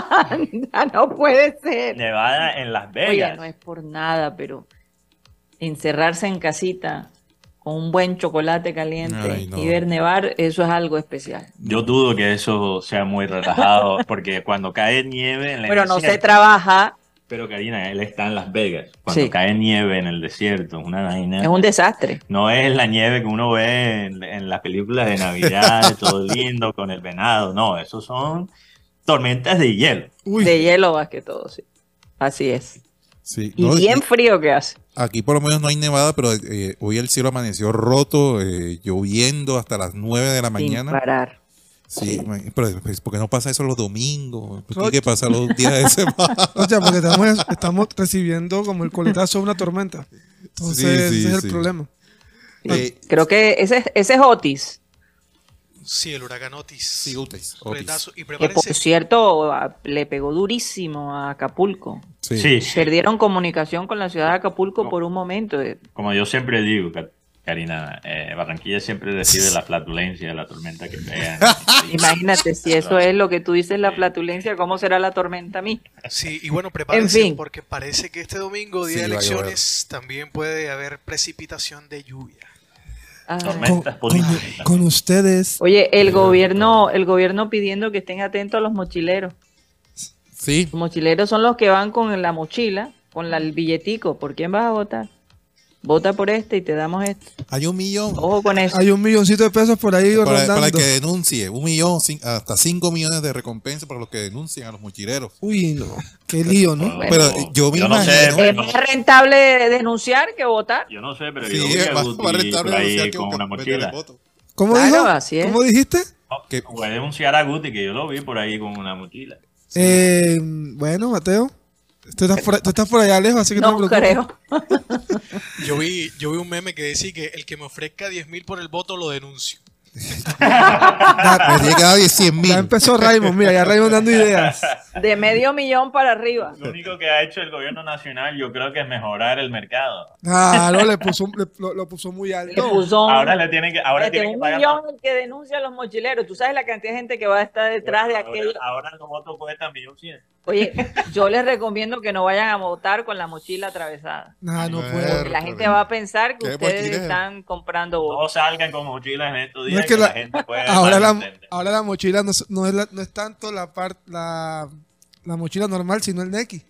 No puede ser. Nevada en Las Vegas. Oye, no es por nada, pero encerrarse en casita con un buen chocolate caliente y ver nevar, eso es algo especial. Yo dudo que eso sea muy relajado, porque cuando cae nieve en la Pero no se trabaja. Pero Karina, él está en Las Vegas. Cuando cae nieve en el desierto, es una vaina. Es un desastre. No es la nieve que uno ve en las películas de Navidad, todo lindo con el venado. No, esos son tormentas de hielo. Uy. De hielo más que todo, sí. Así es. Sí. Y bien frío que hace. Aquí por lo menos no hay nevada, pero hoy el cielo amaneció roto, lloviendo hasta las 9 de la Sin mañana. parar. Sí, pero pues, ¿por qué no pasa eso los domingos? ¿Por qué tiene que pasar los días de semana? O sea, porque estamos recibiendo como el coletazo de una tormenta. Entonces, ese es el problema. Creo que ese es Otis. Sí, el huracán Otis. Sí, Otis. Coletazo. Y Que por prepárense. cierto le pegó durísimo a Acapulco. Sí, Perdieron comunicación con la ciudad de Acapulco No. por un momento. como yo siempre digo, Karina, Barranquilla siempre recibe la flatulencia de la tormenta que pega. Imagínate, si eso es lo que tú dices, la flatulencia, ¿cómo será la tormenta a mí? Sí, y bueno, prepárense En fin. porque parece que este domingo, día Sí, de va a llover. elecciones, también puede haber precipitación de lluvia. Ay. Tormentas políticas. Con ustedes. Oye, el gobierno pidiendo que estén atentos a los mochileros. Sí, Los mochileros son los que van con la mochila, con el billetico. ¿Por quién vas a votar? Vota por este y te damos este. hay 1 millón. Ojo con eso. Hay 1 milloncito de pesos por ahí rondando. Para el que denuncie, 1 millón, hasta 5 millones de recompensa para los que denuncien a los mochileros. Uy, no. Qué lío, ¿no? Bueno. Pero yo me no sé, imagino. Es más rentable denunciar que votar. Yo no sé, pero Sí, yo vi es a más Guti rentable por ahí denunciar que con una vender el mochila. voto. ¿Cómo Claro, dijo? así es. ¿Cómo dijiste? Que- Voy a denunciar a Guti, que yo lo vi por ahí con una mochila. Bueno, Mateo. Tú estás por allá lejos, así que no, No me preocupes. creo. Yo vi un meme que decía que el que me ofrezca 10.000 por el voto lo denuncio. me tiene que dar 100 mil. Ya empezó Raymond, mira, ya Raymond dando ideas. De $500,000 para arriba. Lo único que ha hecho el gobierno nacional, yo creo que es mejorar el mercado. Claro, lo puso muy Le alto. puso un- Ahora le tienen que, ahora Fíjate, tienen que un pagar millón el que denuncia a los mochileros. Tú sabes la cantidad de gente que va a estar detrás de aquello. Ahora los votos cuestan 1.100.000. Oye, yo les recomiendo que no vayan a votar con la mochila atravesada. Nah, no Porque puedo. Porque la gente va a pensar que ¿Qué ustedes mochila? están comprando votos. No salgan con mochilas en estos No días es que que la la- gente puede Ahora malentender. ahora la mochila no es tanto la mochila normal, sino el Neki.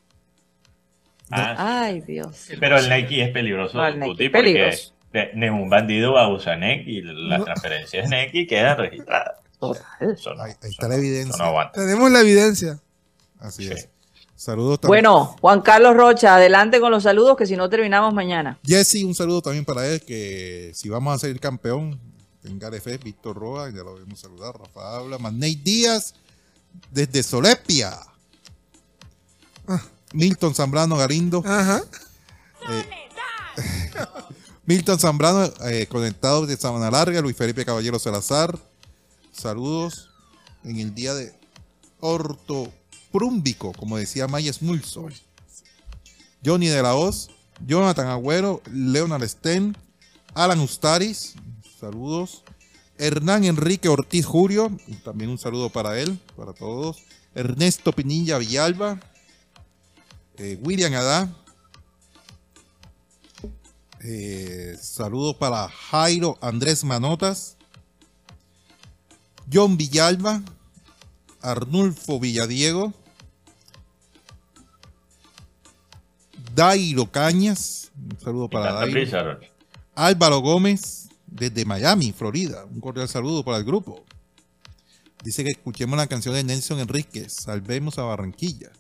Ay, Dios. Pero el Neki es peligroso, No, el Neki Guti, es peligroso. porque ningún bandido va a usar Neki. Las No. transferencias Neki quedan registradas. Total. Eso no- Ahí está eso la no- evidencia. eso no aguanta. Tenemos la evidencia. Así Sí. es. Saludos también. Bueno, Juan Carlos Rocha, adelante con los saludos, que si no terminamos mañana. Jesse, un saludo también para él, que si vamos a ser campeón, tenga fe, Víctor Roa, ya lo vemos saludar, Rafa Habla, Magney Díaz, desde Solepia. Milton Zambrano Galindo. Ajá. Milton Zambrano, conectado desde Sabana Larga, Luis Felipe Caballero Salazar. Saludos en el día de ortoprúmbico, como decía Maya Smulso. Johnny de la Hoz, Jonathan Agüero, Leonard Sten, Alan Ustaris, saludos. Hernán Enrique Ortiz Julio, también un saludo para él, para todos. Ernesto Pinilla Villalba, William Adá. Saludos para Jairo Andrés Manotas, John Villalba, Arnulfo Villadiego, Dairo Cañas, un saludo para Tanta Dairo. prisa, Rocha. Álvaro Gómez, desde Miami, Florida, un cordial saludo para el grupo. Dice que escuchemos la canción de Nelson Enríquez, Salvemos a Barranquilla.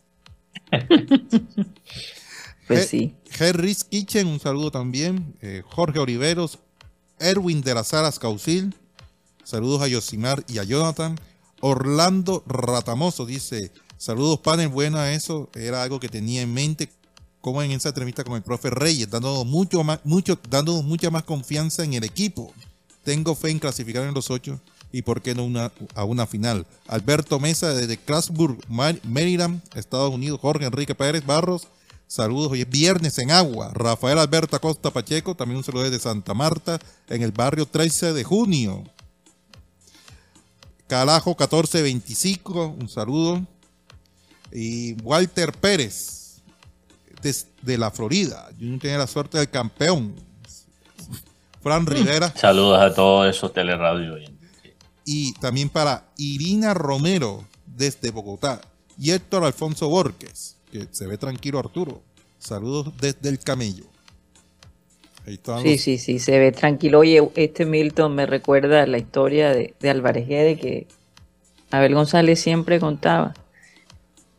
Pues sí. Harris Kitchen, un saludo también. Jorge Oliveros, Erwin de las Aras Caucil, saludos a Yosimar y a Jonathan. Orlando Ratamoso dice, saludos panel, bueno, eso era algo que tenía en mente, como en esa entrevista con el profe Reyes, dándonos mucha más confianza en el equipo. Tengo fe en clasificar en los 8 y por qué no a una final. Alberto Mesa desde Clarksburg, Maryland, Estados Unidos. Jorge Enrique Pérez Barros, saludos, hoy es viernes en agua. Rafael Alberto Acosta Pacheco, también un saludo desde Santa Marta, en el barrio 13 de junio. Calajo 1425, un saludo. Y Walter Pérez, desde la Florida. Yo no tenía la suerte del campeón. Fran Rivera. Saludos a todos esos teleradios oyentes. Y también para Irina Romero, desde Bogotá. Y Héctor Alfonso Borges, que se ve tranquilo Arturo. Saludos desde el Camello. Ahí están Sí, los- sí, se ve tranquilo. Oye, este Milton me recuerda la historia de Álvarez Guede que Abel González siempre contaba.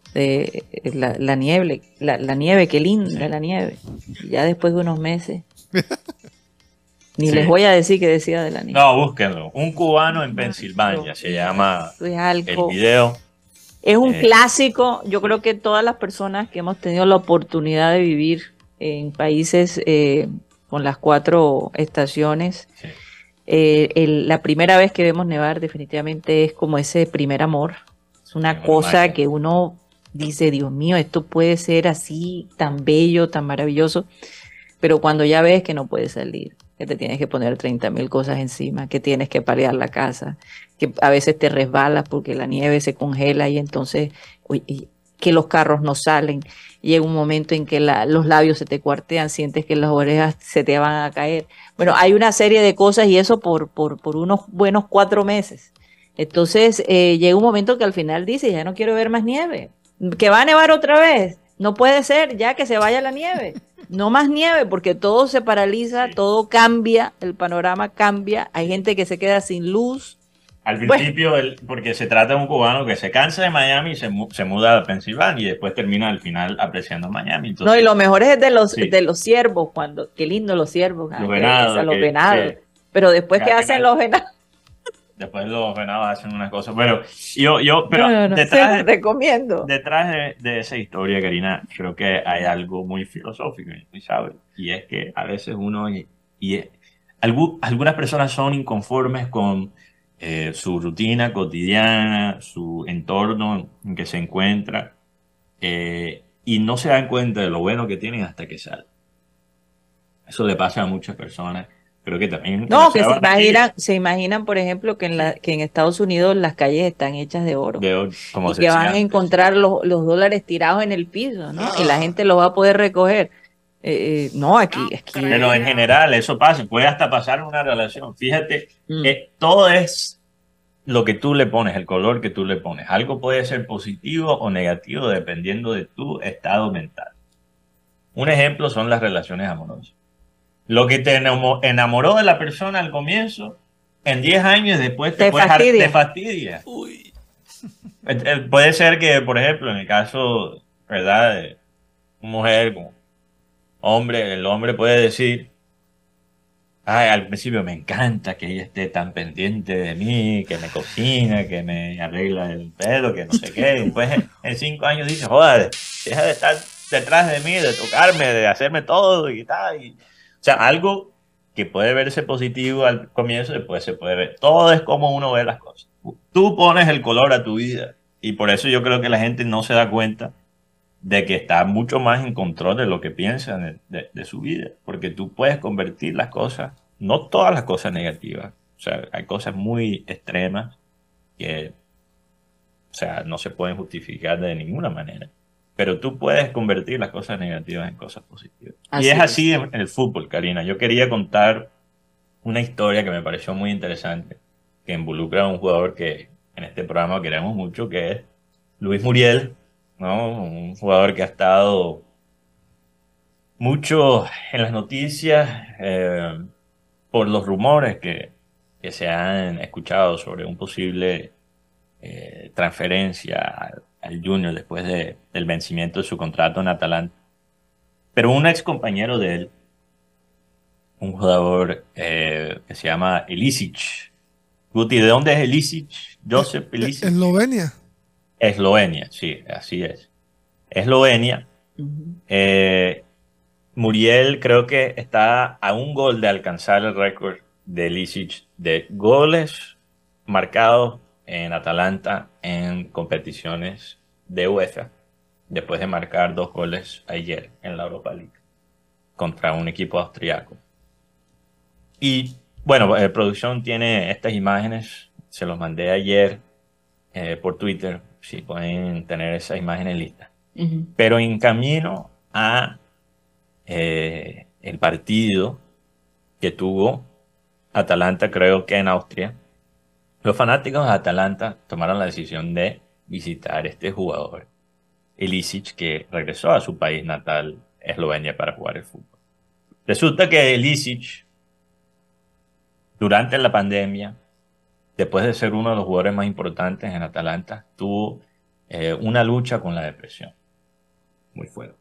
de la nieve, la nieve, qué linda la nieve. Y ya después de unos meses, ni Sí. les voy a decir qué decía de la nieve. No, búsquenlo. Un cubano en Pensilvania se llama Eso es el algo, video. es un Eh, clásico. Yo creo que todas las personas que hemos tenido la oportunidad de vivir en países con las 4 estaciones, Sí. La primera vez que vemos nevar definitivamente es como ese primer amor. Es una Una cosa magia. que uno dice, Dios mío, esto puede ser así, tan bello, tan maravilloso, pero cuando ya ves que no puedes salir, que te tienes que poner 30.000 cosas encima, que tienes que parear la casa, que a veces te resbalas porque la nieve se congela y entonces y que los carros no salen. Llega un momento en que los labios se te cuartean, sientes que las orejas se te van a caer. Bueno, hay una serie de cosas y eso por unos buenos 4 meses. Entonces llega un momento que al final dices, ya no quiero ver más nieve, que va a nevar otra vez. No puede ser, ya que se vaya la nieve. No más nieve, porque todo se paraliza, Sí. todo cambia, el panorama cambia. Hay gente que se queda sin luz. Al Bueno. principio, porque se trata de un cubano que se cansa de Miami y se muda a Pensilvania y después termina al final apreciando Miami. No, Entonces, y lo mejor es sí. de los ciervos, cuando, qué lindo los ciervos, Los qué venados, belleza, los que- venados. que- Pero después, que ¿qué al hacen final- los venados? Después los venados hacen unas cosas. Pero pero No, se detrás, los recomiendo. detrás de esa historia, Karina, creo que hay algo muy filosófico y muy sabio. Y es que a veces algunas personas son inconformes con su rutina cotidiana, su entorno en que se encuentra, y no se dan cuenta de lo bueno que tienen hasta que salen. Eso le pasa a muchas personas. Creo que también en la No, que ciudad de Barranquilla, se imaginan, por ejemplo, que en Estados Unidos las calles están hechas de oro. como Y se que decía van a antes. encontrar los dólares tirados en el piso, ¿no? Y la gente los va a poder recoger. No, aquí. Pero en general eso pasa, puede hasta pasar en una relación. Fíjate, Mm. todo es lo que tú le pones, el color que tú le pones. Algo puede ser positivo o negativo dependiendo de tu estado mental. Un ejemplo son las relaciones amorosas. Lo que te enamoró de la persona al comienzo, en 10 años después Te puede fastidia. te fastidia. Puede ser que, por ejemplo, en el caso, ¿verdad?, de mujer como hombre, el hombre puede decir, ay, al principio me encanta que ella esté tan pendiente de mí, que me cocina, que me arregla el pelo, que no sé qué. Y después en 5 años dice, joder, deja de estar detrás de mí, de tocarme, de hacerme todo y tal. O sea, algo que puede verse positivo al comienzo, después se puede ver. Todo es como uno ve las cosas. Tú pones el color a tu vida. Y por eso yo creo que la gente no se da cuenta de que está mucho más en control de lo que piensa de su vida, porque tú puedes convertir las cosas, no todas las cosas negativas, o sea, hay cosas muy extremas que, o sea, no se pueden justificar de ninguna manera, pero tú puedes convertir las cosas negativas en cosas positivas. Así Y es es. así en el fútbol, Karina. Yo quería contar una historia que me pareció muy interesante, que involucra a un jugador que en este programa queremos mucho, que es Luis Muriel, ¿no? Un jugador que ha estado mucho en las noticias por los rumores que se han escuchado sobre un posible transferencia al Junior después del vencimiento de su contrato en Atalanta. Pero un ex compañero de él, un jugador que se llama Elisic. Guti, ¿de dónde es Elisic? Joseph Elisic. Eslovenia. Eslovenia, sí, así es. Eslovenia. Ujú. Muriel creo que está a un gol de alcanzar el récord de Elisic de goles marcados en Atalanta en competiciones de UEFA, después de marcar 2 goles ayer en la Europa League contra un equipo austriaco. Y bueno, producción tiene estas imágenes, se los mandé ayer por Twitter, si pueden tener esas imágenes listas. Ujú. Pero en camino a el partido que tuvo Atalanta, creo que en Austria, los fanáticos de Atalanta tomaron la decisión de visitar este jugador, Elisic, que regresó a su país natal, Eslovenia, para jugar el fútbol. Resulta que Elisic, durante la pandemia, después de ser uno de los jugadores más importantes en Atalanta, tuvo una lucha con la depresión muy fuerte.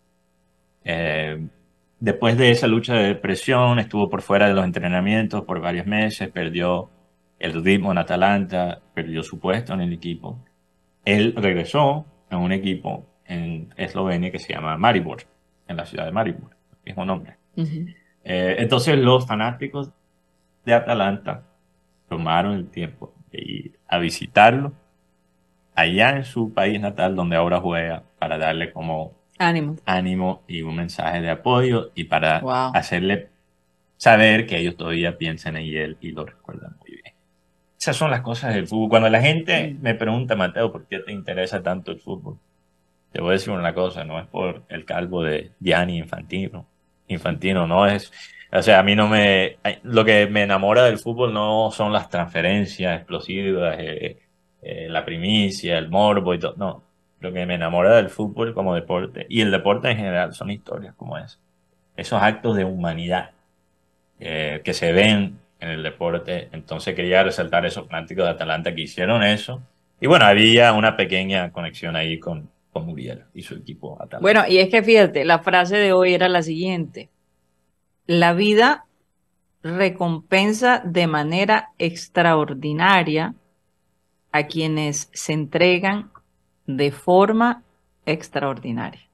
Después de esa lucha de depresión, estuvo por fuera de los entrenamientos por varios meses, perdió el ritmo en Atalanta, perdió su puesto en el equipo. Él regresó a un equipo en Eslovenia que se llama Maribor, en la ciudad de Maribor, mismo nombre. Entonces los fanáticos de Atalanta tomaron el tiempo de ir a visitarlo allá en su país natal, donde ahora juega, para darle como ánimo y un mensaje de apoyo y para hacerle saber que ellos todavía piensan en él y lo recuerdan muy bien. Esas son las cosas del fútbol. Cuando la gente me pregunta, Mateo, ¿por qué te interesa tanto el fútbol? Te voy a decir una cosa, no es por el calvo de Gianni Infantino. Infantino no es... O sea, a mí no me... Lo que me enamora del fútbol no son las transferencias explosivas, la primicia, el morbo y todo. No, lo que me enamora del fútbol como deporte, y el deporte en general, son historias como esa. Esos actos de humanidad que se ven en el deporte. Entonces quería resaltar esos fanáticos de Atalanta que hicieron eso. Y bueno, había una pequeña conexión ahí con Muriel y su equipo Atalanta. Bueno, y es que fíjate, la frase de hoy era la siguiente: la vida recompensa de manera extraordinaria a quienes se entregan de forma extraordinaria.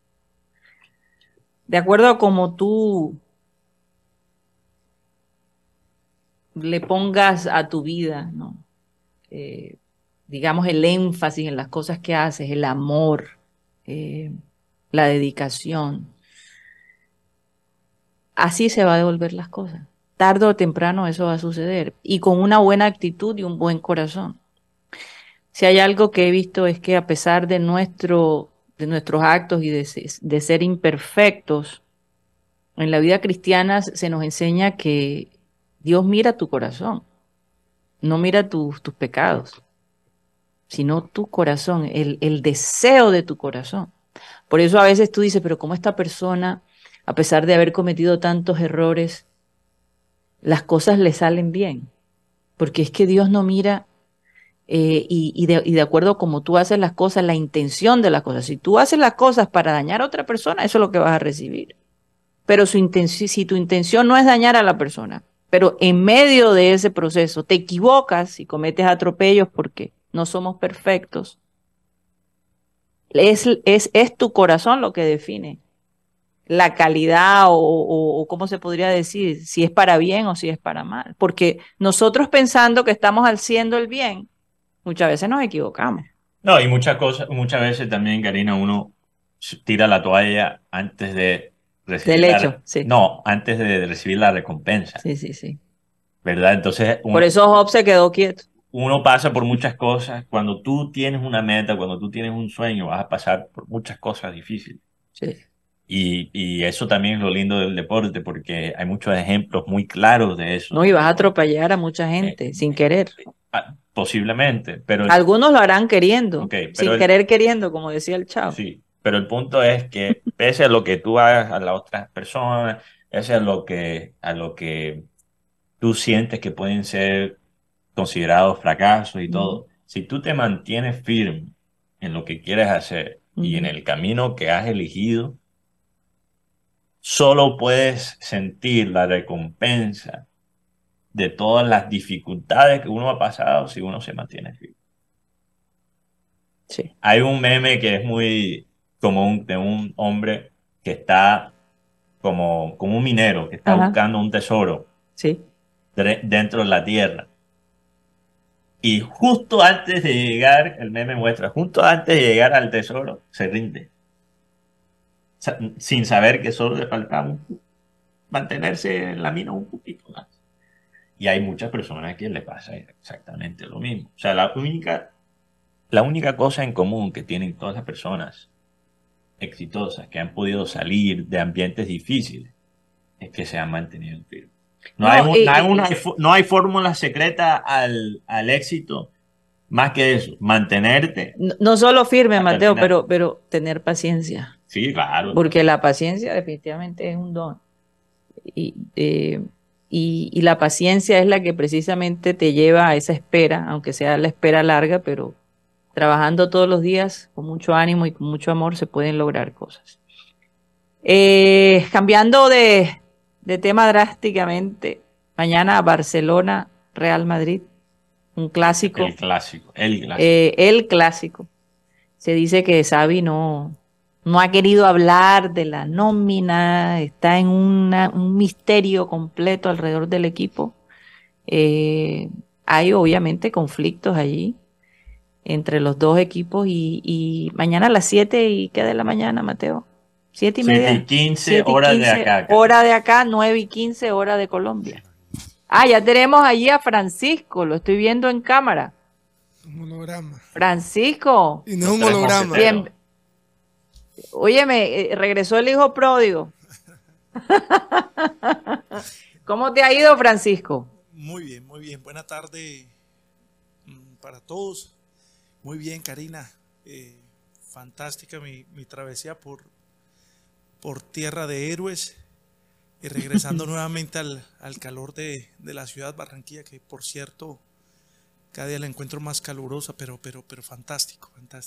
De acuerdo a cómo tú le pongas a tu vida, ¿no? Digamos, el énfasis en las cosas que haces, el amor, la dedicación, así se va a devolver las cosas. Tarde o temprano eso va a suceder, y con una buena actitud y un buen corazón. Si hay algo que he visto es que a pesar de nuestros actos y de ser imperfectos, en la vida cristiana se nos enseña que Dios mira tu corazón, no mira tus pecados, sino tu corazón, el deseo de tu corazón. Por eso a veces tú dices, pero ¿cómo esta persona, a pesar de haber cometido tantos errores, las cosas le salen bien? Porque es que Dios no mira, y de acuerdo a cómo tú haces las cosas, la intención de las cosas. Si tú haces las cosas para dañar a otra persona, eso es lo que vas a recibir. Pero si tu intención no es dañar a la persona, pero en medio de ese proceso te equivocas y cometes atropellos porque no somos perfectos, es tu corazón lo que define la calidad o cómo se podría decir, si es para bien o si es para mal. Porque nosotros pensando que estamos haciendo el bien, muchas veces nos equivocamos. No, y muchas veces también, Karina, uno tira la toalla antes de recibir sí. No, antes de recibir la recompensa. Sí. ¿Verdad? Entonces, por eso Job se quedó quieto. Uno pasa por muchas cosas. Cuando tú tienes una meta, cuando tú tienes un sueño, vas a pasar por muchas cosas difíciles. Sí. Y eso también es lo lindo del deporte, porque hay muchos ejemplos muy claros de eso. No, y vas a atropellar a mucha gente sin querer. Posiblemente, pero... Algunos lo harán queriendo, sin querer queriendo, como decía el Chavo. Sí, pero el punto es que pese a lo que tú hagas a las otras personas, pese a lo que tú sientes que pueden ser considerados fracasos y todo, si tú te mantienes firme en lo que quieres hacer y en el camino que has elegido, solo puedes sentir la recompensa de todas las dificultades que uno ha pasado si uno se mantiene firme. Sí. Hay un meme que es muy común de un hombre que está como un minero que está buscando un tesoro dentro de la tierra. Y justo antes de llegar, el meme muestra, justo antes de llegar al tesoro, se rinde. Sin saber que solo le faltaba mantenerse en la mina un poquito más. Y hay muchas personas que les pasa exactamente lo mismo. O sea, la única cosa en común que tienen todas las personas exitosas que han podido salir de ambientes difíciles es que se han mantenido firmes. No hay fórmula secreta al éxito más que eso, mantenerte. No solo firme, Mateo, pero tener paciencia. Sí, claro. Porque la paciencia definitivamente es un don. Y la paciencia es la que precisamente te lleva a esa espera, aunque sea la espera larga, pero trabajando todos los días con mucho ánimo y con mucho amor se pueden lograr cosas. Cambiando de tema drásticamente, mañana Barcelona, Real Madrid, un clásico. El clásico. El clásico. Se dice que Xavi no ha querido hablar de la nómina, está en un misterio completo alrededor del equipo. Hay obviamente conflictos allí entre los dos equipos y mañana a las 7 y ¿qué de la mañana, Mateo? 7:30. 7:15 hora de acá. Hora de acá, 9:15 hora de Colombia. Ya tenemos allí a Francisco, lo estoy viendo en cámara. Un holograma. Francisco. Y no es un holograma. Bien. Óyeme, regresó el hijo pródigo. ¿Cómo te ha ido, Francisco? Muy bien, muy bien. Buena tarde para todos. Muy bien, Karina. Fantástica mi travesía por tierra de héroes y regresando nuevamente al calor de la ciudad Barranquilla, que por cierto cada día la encuentro más calurosa, pero fantástico.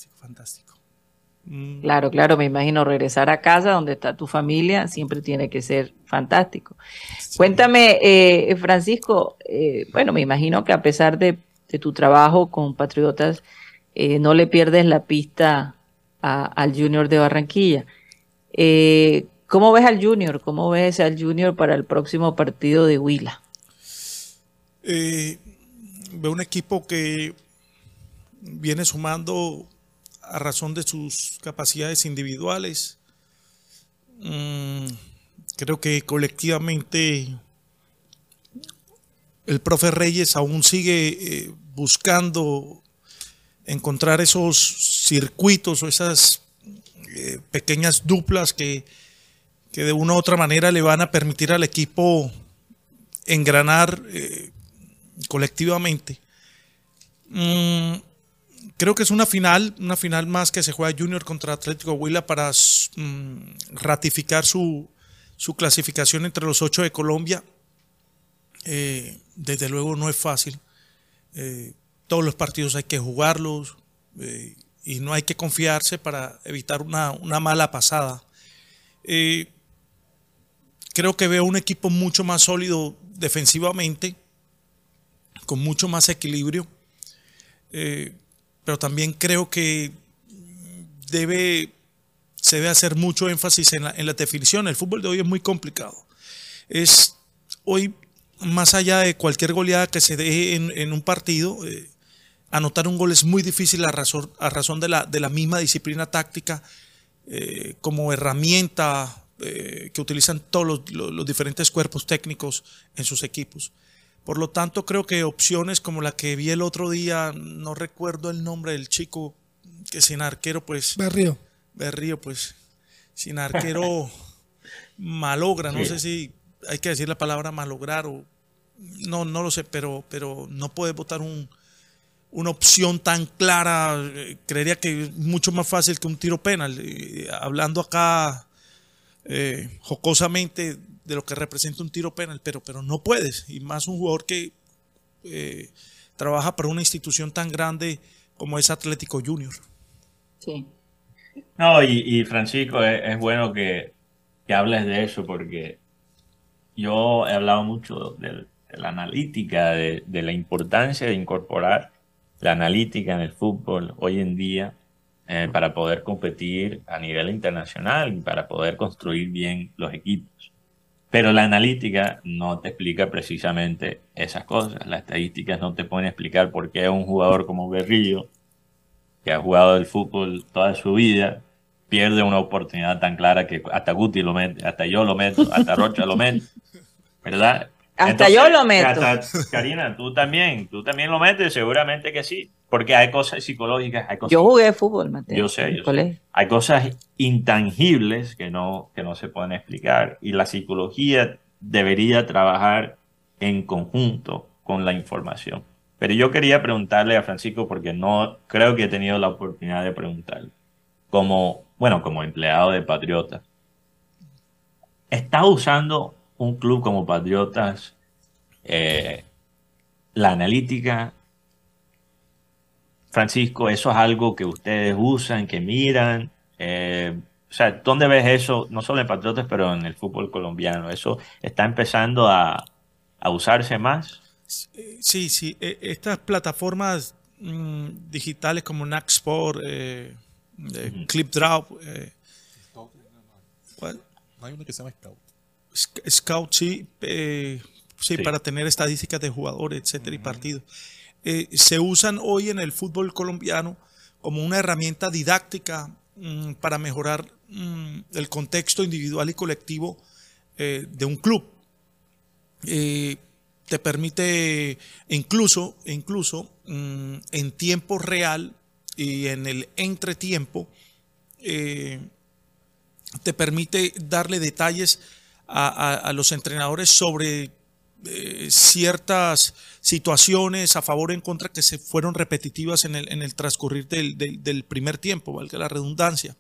Claro, me imagino regresar a casa donde está tu familia siempre tiene que ser fantástico. Sí. Cuéntame, Francisco, bueno, me imagino que a pesar de tu trabajo con Patriotas, no le pierdes la pista al Junior de Barranquilla. ¿Cómo ves al Junior? ¿Cómo ves al Junior para el próximo partido de Huila? Veo un equipo que viene sumando a razón de sus capacidades individuales. Creo que colectivamente el profe Reyes aún sigue buscando encontrar esos circuitos o esas pequeñas duplas que de una u otra manera le van a permitir al equipo engranar colectivamente. Creo que es una final más que se juega Junior contra Atlético Huila para ratificar su clasificación entre los 8 de Colombia. Desde luego no es fácil. Todos los partidos hay que jugarlos y no hay que confiarse para evitar una mala pasada. Creo que veo un equipo mucho más sólido defensivamente, con mucho más equilibrio, pero también creo que se debe hacer mucho énfasis en la definición. El fútbol de hoy es muy complicado. Hoy, más allá de cualquier goleada que se dé en un partido, anotar un gol es muy difícil a razón de la misma disciplina táctica como herramienta que utilizan todos los diferentes cuerpos técnicos en sus equipos. Por lo tanto, creo que opciones como la que vi el otro día, no recuerdo el nombre del chico, que sin arquero, pues... Berrío, pues, sin arquero malogra, no sé si hay que decir la palabra malograr o... No lo sé, pero no puedes votar una opción tan clara. Creería que es mucho más fácil que un tiro penal. Hablando acá jocosamente de lo que representa un tiro penal, pero no puedes, y más un jugador que trabaja para una institución tan grande como es Atlético Junior. Sí. No, y Francisco, es bueno que hables de eso, porque yo he hablado mucho de la analítica, de la importancia de incorporar la analítica en el fútbol hoy en día para poder competir a nivel internacional y para poder construir bien los equipos. Pero la analítica no te explica precisamente esas cosas. Las estadísticas no te pueden explicar por qué un jugador como Berrío, que ha jugado el fútbol toda su vida, pierde una oportunidad tan clara que hasta Guti lo mete, hasta yo lo meto, hasta Rocha lo mete, ¿verdad? Hasta yo lo meto. Karina, tú también lo metes, seguramente que sí, porque hay cosas psicológicas, hay cosas... Yo jugué fútbol, Mateo. Yo sé. Hay cosas intangibles que no se pueden explicar, y la psicología debería trabajar en conjunto con la información. Pero yo quería preguntarle a Francisco, porque no creo que he tenido la oportunidad de preguntarle, como empleado de Patriotas, ¿está usando un club como Patriotas la analítica Francisco, ¿eso es algo que ustedes usan, que miran? O sea, ¿dónde ves eso? No solo en Patriotas, pero en el fútbol colombiano. ¿Eso está empezando a usarse más? Sí, sí. Estas plataformas digitales como Naxport, ClipDrop, ¿cuál? Hay uno que se llama Scout. Scout, sí, sí, Sí. para tener estadísticas de jugadores, etcétera, y partidos. Se usan hoy en el fútbol colombiano como una herramienta didáctica para mejorar el contexto individual y colectivo de un club. Te permite incluso en tiempo real y en el entretiempo, te permite darle detalles a los entrenadores sobre ciertas situaciones a favor o en contra que se fueron repetitivas en el transcurrir del primer tiempo, valga la redundancia.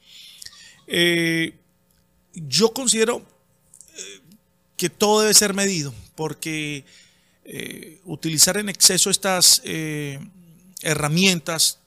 Yo considero que todo debe ser medido, porque utilizar en exceso estas herramientas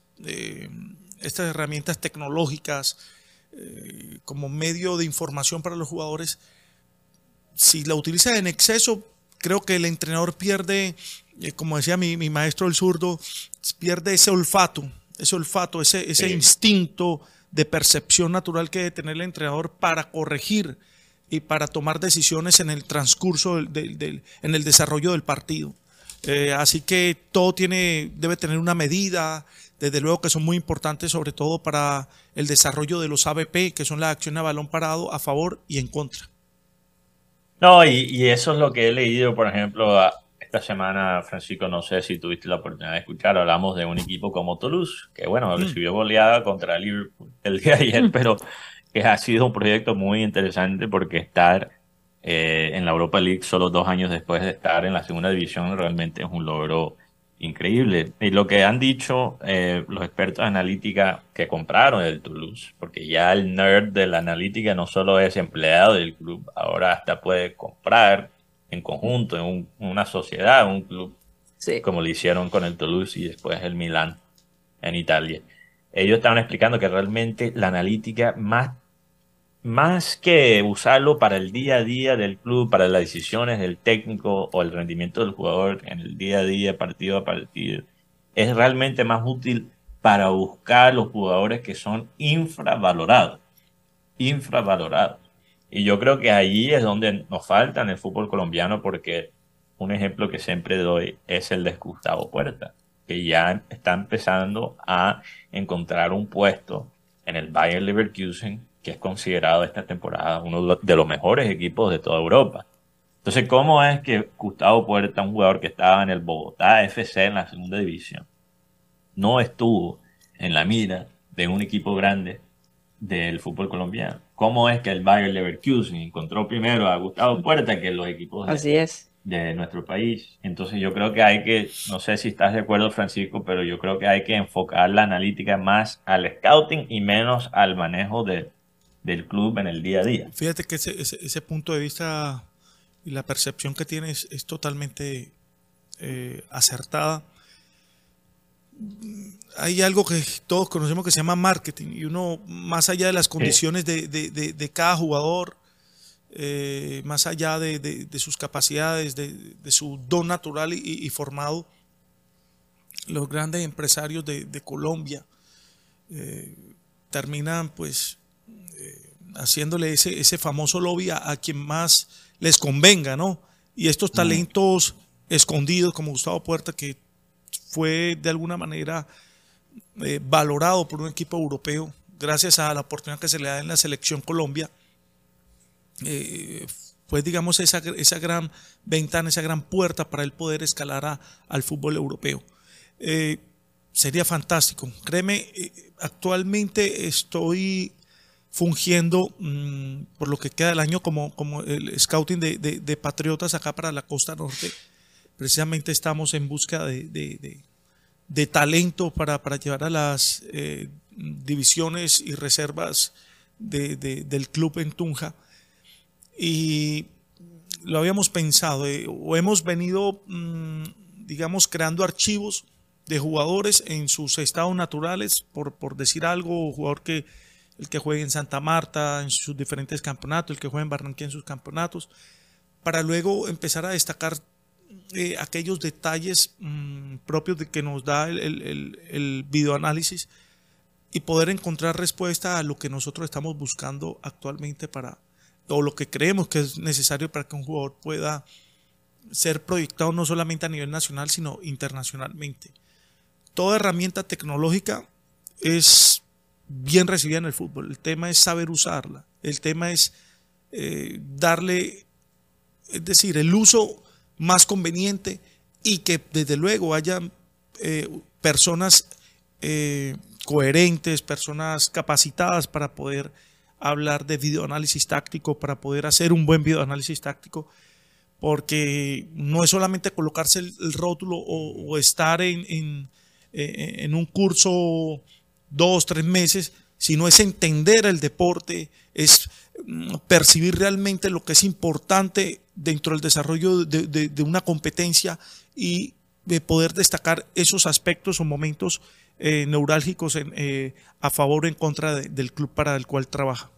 tecnológicas como medio de información para los jugadores, si la utiliza en exceso, creo que el entrenador pierde, como decía mi maestro el zurdo, pierde ese olfato, ese instinto de percepción natural que debe tener el entrenador para corregir y para tomar decisiones en el transcurso en el desarrollo del partido. Así que todo debe tener una medida, desde luego que son muy importantes, sobre todo para el desarrollo de los ABP, que son las acciones a balón parado a favor y en contra. No, y eso es lo que he leído, por ejemplo, esta semana, Francisco, no sé si tuviste la oportunidad de escuchar, hablamos de un equipo como Toulouse, que bueno, recibió goleada contra Liverpool el día de ayer, pero que ha sido un proyecto muy interesante porque estar en la Europa League solo 2 años después de estar en la segunda división realmente es un logro increíble. Y lo que han dicho los expertos de analítica que compraron el Toulouse, porque ya el nerd de la analítica no solo es empleado del club, ahora hasta puede comprar en conjunto, en una sociedad, un club, Sí. como lo hicieron con el Toulouse y después el Milan en Italia. Ellos estaban explicando que realmente la analítica, más que usarlo para el día a día del club, para las decisiones del técnico o el rendimiento del jugador en el día a día, partido a partido, es realmente más útil para buscar los jugadores que son infravalorados. Y yo creo que allí es donde nos falta en el fútbol colombiano, porque un ejemplo que siempre doy es el de Gustavo Puerta, que ya está empezando a encontrar un puesto en el Bayer Leverkusen, que es considerado esta temporada uno de los mejores equipos de toda Europa. Entonces, ¿cómo es que Gustavo Puerta, un jugador que estaba en el Bogotá FC en la segunda división, no estuvo en la mira de un equipo grande del fútbol colombiano? ¿Cómo es que el Bayer Leverkusen encontró primero a Gustavo Puerta que los equipos Así es. de nuestro país? Entonces yo creo que no sé si estás de acuerdo, Francisco, pero yo creo que hay que enfocar la analítica más al scouting y menos al manejo del club en el día a día. Fíjate que ese punto de vista y la percepción que tienes es totalmente acertada. Hay algo que todos conocemos que se llama marketing, y uno, más allá de las condiciones de cada jugador, más allá de sus capacidades, de su don natural y formado, los grandes empresarios de Colombia terminan pues haciéndole ese famoso lobby a quien más les convenga, ¿no? Y estos talentos escondidos como Gustavo Puerta, que fue de alguna manera valorado por un equipo europeo gracias a la oportunidad que se le da en la selección Colombia, pues digamos esa gran ventana, esa gran puerta para él poder escalar al fútbol europeo. Sería fantástico. Créeme, actualmente estoy fungiendo por lo que queda del año como el scouting de Patriotas acá para la costa norte. Precisamente estamos en busca de talento para llevar a las divisiones y reservas del club en Tunja. Y lo habíamos pensado, o hemos venido, digamos, creando archivos de jugadores en sus estados naturales, por decir algo, jugador el que juegue en Santa Marta en sus diferentes campeonatos, el que juegue en Barranquilla en sus campeonatos, para luego empezar a destacar aquellos detalles propios de que nos da el videoanálisis y poder encontrar respuesta a lo que nosotros estamos buscando actualmente o lo que creemos que es necesario para que un jugador pueda ser proyectado no solamente a nivel nacional, sino internacionalmente. Toda herramienta tecnológica es bien recibida en el fútbol. El tema es saber usarla. El tema es darle, es decir, el uso más conveniente y que desde luego haya personas coherentes, personas capacitadas para poder hablar de videoanálisis táctico, para poder hacer un buen videoanálisis táctico, porque no es solamente colocarse el rótulo o estar en un curso 2, 3 meses, sino es entender el deporte, es percibir realmente lo que es importante dentro del desarrollo de una competencia y de poder destacar esos aspectos o momentos neurálgicos a favor o en contra del club para el cual trabaja.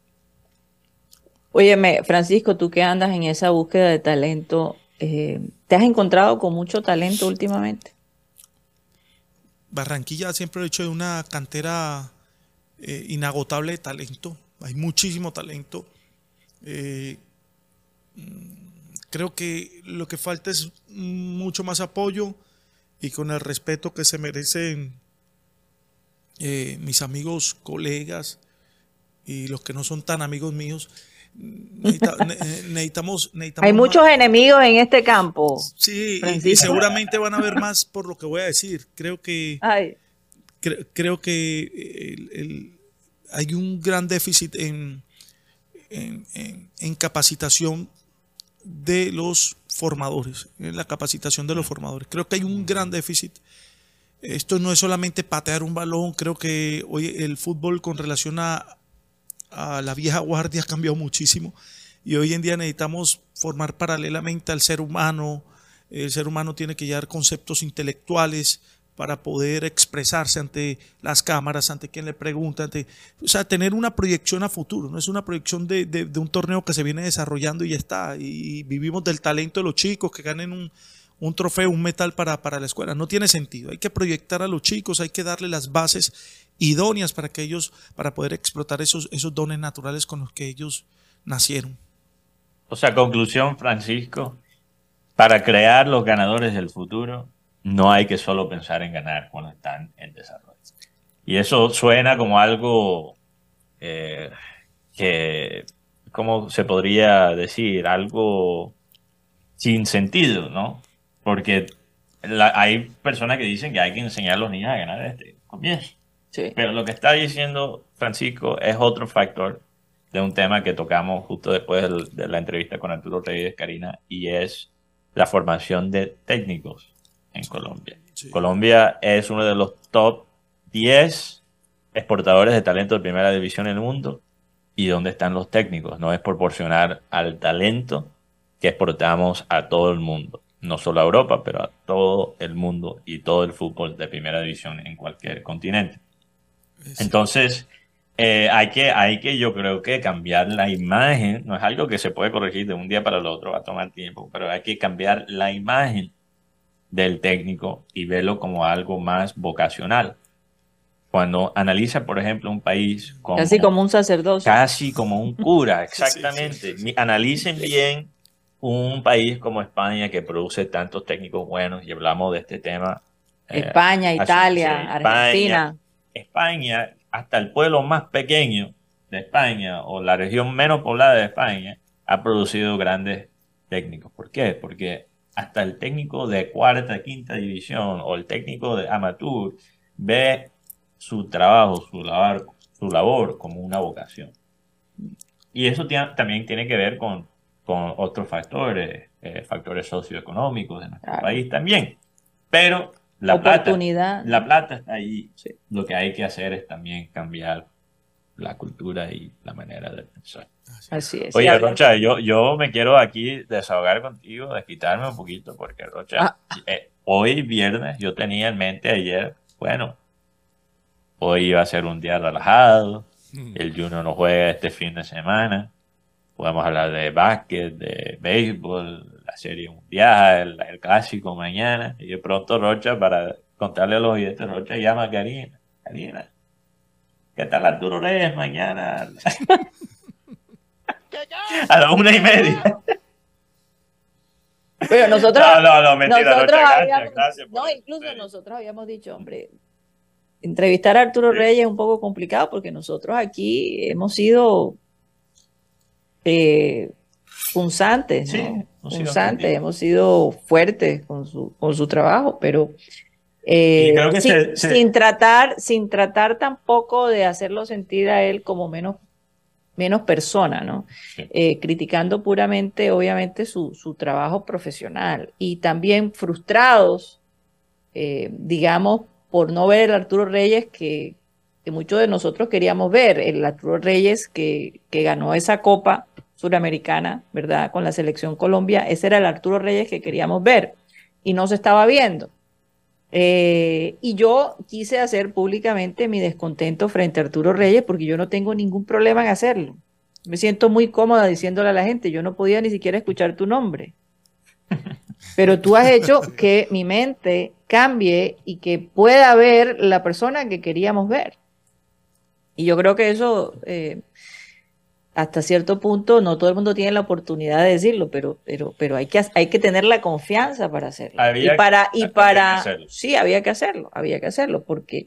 Óyeme, Francisco, tú que andas en esa búsqueda de talento, ¿te has encontrado con mucho talento últimamente? Barranquilla siempre he hecho de una cantera inagotable de talento. Hay muchísimo talento. Creo que lo que falta es mucho más apoyo y con el respeto que se merecen mis amigos, colegas y los que no son tan amigos míos. Necesitamos Hay muchos enemigos en este campo. Sí, y seguramente van a haber más por lo que voy a decir. Creo que hay un gran déficit en capacitación de los formadores, en la capacitación de los formadores. Creo que hay un gran déficit. Esto no es solamente patear un balón. Creo que hoy el fútbol con relación a la vieja guardia ha cambiado muchísimo y hoy en día necesitamos formar paralelamente al ser humano. El ser humano tiene que llevar conceptos intelectuales para poder expresarse ante las cámaras, ante quien le pregunta, o sea, tener una proyección a futuro. No es una proyección de un torneo que se viene desarrollando y ya está, y vivimos del talento de los chicos que ganen un trofeo, un metal para la escuela. No tiene sentido. Hay que proyectar a los chicos, hay que darle las bases idóneas para poder explotar esos dones naturales con los que ellos nacieron. O sea, conclusión, Francisco, para crear los ganadores del futuro, no hay que solo pensar en ganar cuando están en desarrollo. Y eso suena como algo que, ¿cómo se podría decir? Algo sin sentido, ¿no? Porque hay personas que dicen que hay que enseñar a los niños a ganar desde el comienzo. Sí. Pero lo que está diciendo Francisco es otro factor de un tema que tocamos justo después de la entrevista con Arturo Reyes, Karina, y es la formación de técnicos en Colombia. Sí. Colombia es uno de los top 10 exportadores de talento de primera división en el mundo. ¿Y dónde están los técnicos? No es proporcionar al talento que exportamos a todo el mundo. No solo a Europa, pero a todo el mundo y todo el fútbol de primera división en cualquier continente. Entonces, hay que yo creo que cambiar la imagen. No es algo que se puede corregir de un día para el otro, va a tomar tiempo, pero hay que cambiar la imagen del técnico y verlo como algo más vocacional. Cuando analiza, por ejemplo, un país como... Casi como un sacerdote. Casi como un cura, exactamente. Sí. Analicen bien un país como España, que produce tantos técnicos buenos, y hablamos de este tema. España, Italia, Argentina. España, hasta el pueblo más pequeño de España, o la región menos poblada de España, ha producido grandes técnicos. ¿Por qué? Porque hasta el técnico de cuarta, quinta división, o el técnico de amateur, ve su trabajo, su labor como una vocación. Y eso también tiene que ver con otros factores, factores socioeconómicos de nuestro país también. Pero la plata está ahí. Sí. Lo que hay que hacer es también cambiar la cultura y la manera de pensar. Así es. Oye, Rocha, yo me quiero aquí desahogar contigo, desquitarme un poquito, porque Rocha, hoy viernes yo tenía en mente ayer, bueno, hoy iba a ser un día relajado, el Junior no juega este fin de semana, podemos hablar de básquet, de béisbol, la Serie Mundial, el Clásico mañana, y de pronto Rocha, para contarle a los oyentes, Rocha llama a Karina, Karina, ¿qué tal Arturo Reyes mañana? A las 1:30. Pero nosotros, No, mentira, nosotros Rocha, habíamos, gracias por no, eso, incluso en serio. nosotros habíamos dicho, hombre, entrevistar a Arturo Sí. Reyes es un poco complicado porque nosotros aquí hemos sido punzantes, Sí, ¿no? hemos sido Punzantes, críticos. hemos sido fuertes con su trabajo, pero Y creo que sin tratar tampoco de hacerlo sentir a él como menos persona, ¿no? Sí. Criticando puramente, obviamente, su trabajo profesional y también frustrados, digamos, por no ver el Arturo Reyes que muchos de nosotros queríamos ver, el Arturo Reyes que ganó esa Copa Suramericana, ¿verdad? Con la selección Colombia, ese era el Arturo Reyes que queríamos ver y no se estaba viendo. Y yo quise hacer públicamente mi descontento frente a Arturo Reyes porque yo no tengo ningún problema en hacerlo. Me siento muy cómoda diciéndole a la gente, yo no podía ni siquiera escuchar tu nombre. Pero tú has hecho que mi mente cambie y que pueda ver la persona que queríamos ver. Y yo creo que eso, hasta cierto punto, no todo el mundo tiene la oportunidad de decirlo, pero hay que tener la confianza para hacerlo. Había que hacerlo. Sí, había que hacerlo, porque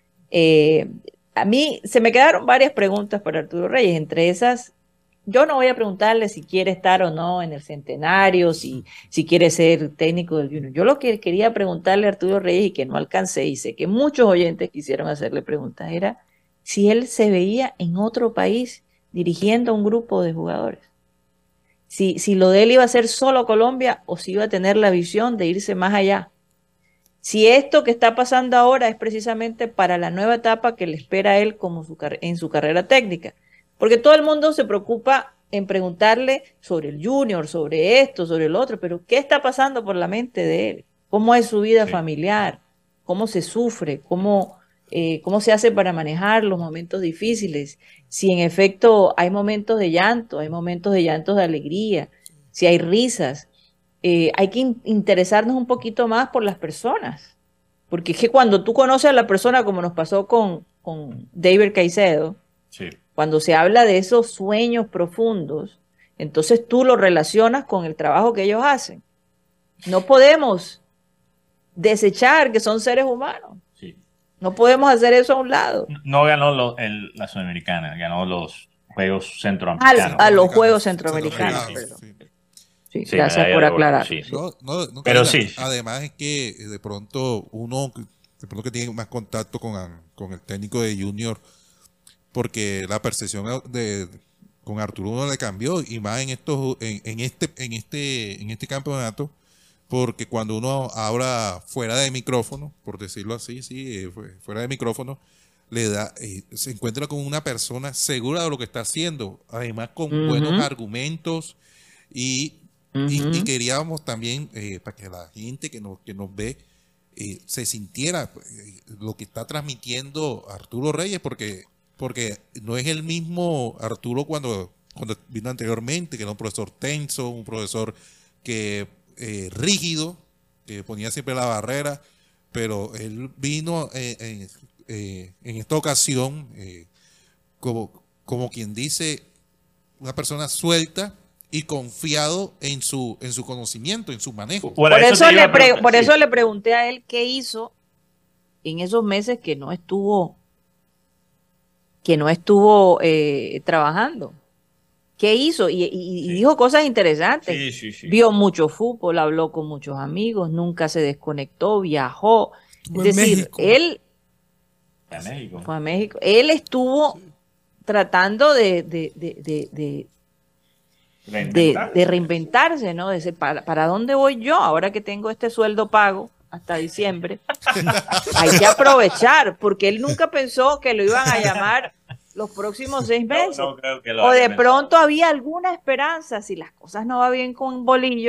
a mí se me quedaron varias preguntas para Arturo Reyes, entre esas, yo no voy a preguntarle si quiere estar o no en el centenario, si quiere ser técnico del Junior. Yo lo que quería preguntarle a Arturo Reyes y que no alcancé, y sé que muchos oyentes quisieron hacerle preguntas, era si él se veía en otro país dirigiendo a un grupo de jugadores. Si lo de él iba a ser solo Colombia o si iba a tener la visión de irse más allá. Si esto que está pasando ahora es precisamente para la nueva etapa que le espera a él en su carrera técnica. Porque todo el mundo se preocupa en preguntarle sobre el Junior, sobre esto, sobre el otro, pero ¿qué está pasando por la mente de él? ¿Cómo es su vida familiar? ¿Cómo se sufre? ¿Cómo se hace para manejar los momentos difíciles? Si en efecto hay momentos de llanto, hay momentos de llantos de alegría, si hay risas. Hay que interesarnos un poquito más por las personas, porque es que cuando tú conoces a la persona, como nos pasó con David Caicedo, Sí. cuando se habla de esos sueños profundos, entonces tú lo relacionas con el trabajo que ellos hacen. No podemos desechar que son seres humanos. Sí. No podemos hacer eso a un lado. No ganó la Sudamericana, ganó los Juegos Centroamericanos. A los Juegos Centroamericanos, perdón. Sí. Sí, Sí, gracias medalla por de oro, aclarar. sí. Sí. No, Pero Karina, sí. Además es que de pronto que tiene más contacto con el técnico de Junior, porque la percepción con Arturo no le cambió, y más en este campeonato, porque cuando uno habla fuera de micrófono, por decirlo así, fuera de micrófono, se encuentra con una persona segura de lo que está haciendo, además con buenos argumentos y queríamos también para que la gente que nos ve se sintiera lo que está transmitiendo Arturo Reyes, porque no es el mismo Arturo cuando vino anteriormente, que era un profesor tenso, un profesor que rígido, que ponía siempre la barrera, pero él vino en esta ocasión como quien dice, una persona suelta y confiado en su conocimiento, en su manejo. Por eso le pregunté a él qué hizo en esos meses que no estuvo trabajando. ¿Qué hizo? Y dijo cosas interesantes. Sí. Vio mucho fútbol, habló con muchos amigos, nunca se desconectó, viajó. Estuvo Es en decir, México. él A México. fue a México. Él estuvo tratando de reinventarse, ¿no? De decir, ¿para dónde voy yo ahora que tengo este sueldo pago hasta diciembre? Hay que aprovechar, porque él nunca pensó que lo iban a llamar los próximos 6 meses. No creo que lo O haya de pensado. pronto había alguna esperanza, si las cosas no van bien con Bolillo,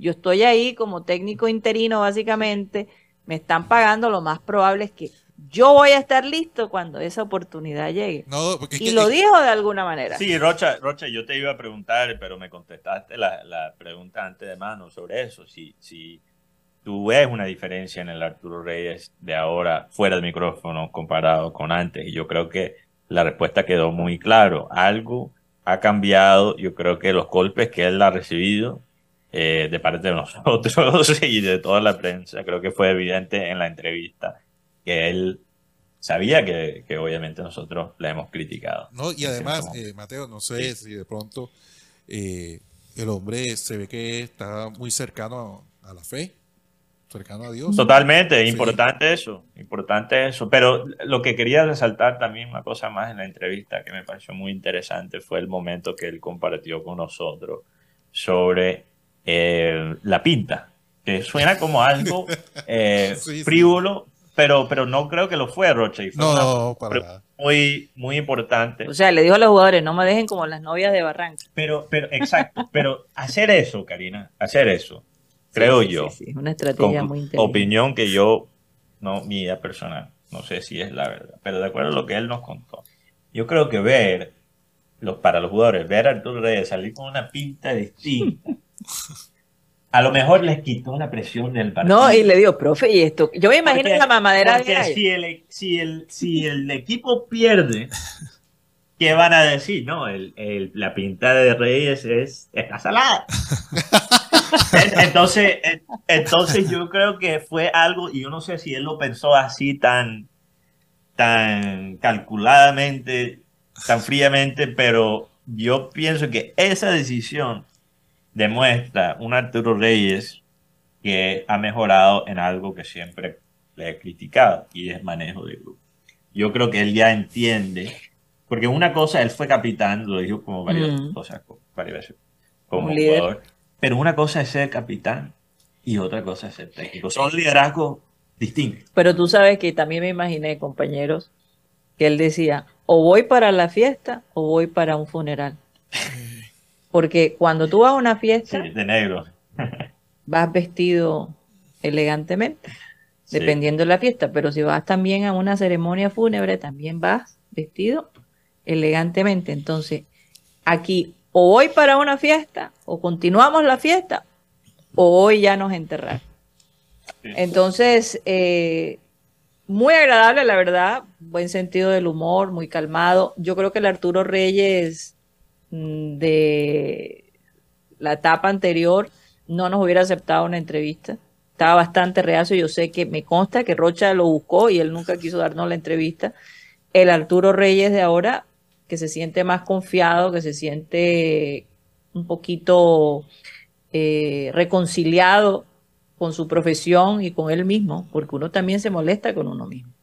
yo estoy ahí como técnico interino básicamente, me están pagando, lo más probable es que yo voy a estar listo cuando esa oportunidad llegue. No, porque es Y que- lo dijo de alguna manera. Sí, Rocha, yo te iba a preguntar, pero me contestaste la pregunta antes de mano sobre eso. Si tú ves una diferencia en el Arturo Reyes de ahora, fuera del micrófono, comparado con antes. Y yo creo que la respuesta quedó muy claro. Algo ha cambiado. Yo creo que los golpes que él ha recibido de parte de nosotros y de toda la prensa, creo que fue evidente en la entrevista que él sabía que obviamente nosotros la hemos criticado. No, y En además, cierto modo. Mateo, no sé si de pronto el hombre se ve que está muy cercano a la fe, cercano a Dios. Totalmente, Sí. importante eso. Pero lo que quería resaltar también, una cosa más en la entrevista que me pareció muy interesante, fue el momento que él compartió con nosotros sobre la pinta, que suena como algo Sí. frívolo, pero no creo que lo fue, Rocha, y fue una No, para nada. muy importante. O sea, le dijo a los jugadores, no me dejen como las novias de Barranca. Exacto, pero hacer eso, Karina, creo Sí, yo. sí, es una estrategia muy inteligente. Opinión que yo, no mía personal, no sé si es la verdad, pero de acuerdo a lo que él nos contó, yo creo que para los jugadores, ver a Arturo Reyes salir con una pinta distinta, a lo mejor les quitó la presión del partido. No, y le digo, profe, y esto, yo me imagino Porque- la mamadera de porque gallo. si el equipo pierde, ¿qué van a decir? No, la pinta de Reyes está salada. Entonces yo creo que fue algo, y yo no sé si él lo pensó así tan calculadamente, tan fríamente, pero yo pienso que esa decisión demuestra un Arturo Reyes que ha mejorado en algo que siempre le he criticado, y es manejo de grupo. Yo creo que él ya entiende, porque una cosa, él fue capitán, lo dijo como varias cosas, varias veces, como Un líder. jugador, pero una cosa es ser capitán y otra cosa es ser técnico. Son liderazgos distintos. Pero tú sabes que también me imaginé, compañeros, que él decía, o voy para la fiesta o voy para un funeral. Porque cuando tú vas a una fiesta, Sí, de negro. vas vestido elegantemente, Sí. dependiendo de la fiesta, pero si vas también a una ceremonia fúnebre, también vas vestido elegantemente. Entonces, aquí o voy para una fiesta, o continuamos la fiesta, o hoy ya nos enterrar. Sí. Entonces, muy agradable, la verdad, buen sentido del humor, muy calmado. Yo creo que el Arturo Reyes de la etapa anterior no nos hubiera aceptado una entrevista. Estaba bastante reacio. Yo sé que me consta que Rocha lo buscó y él nunca quiso darnos la entrevista. El Arturo Reyes de ahora, que se siente más confiado, que se siente un poquito reconciliado con su profesión y con él mismo, porque uno también se molesta con uno mismo.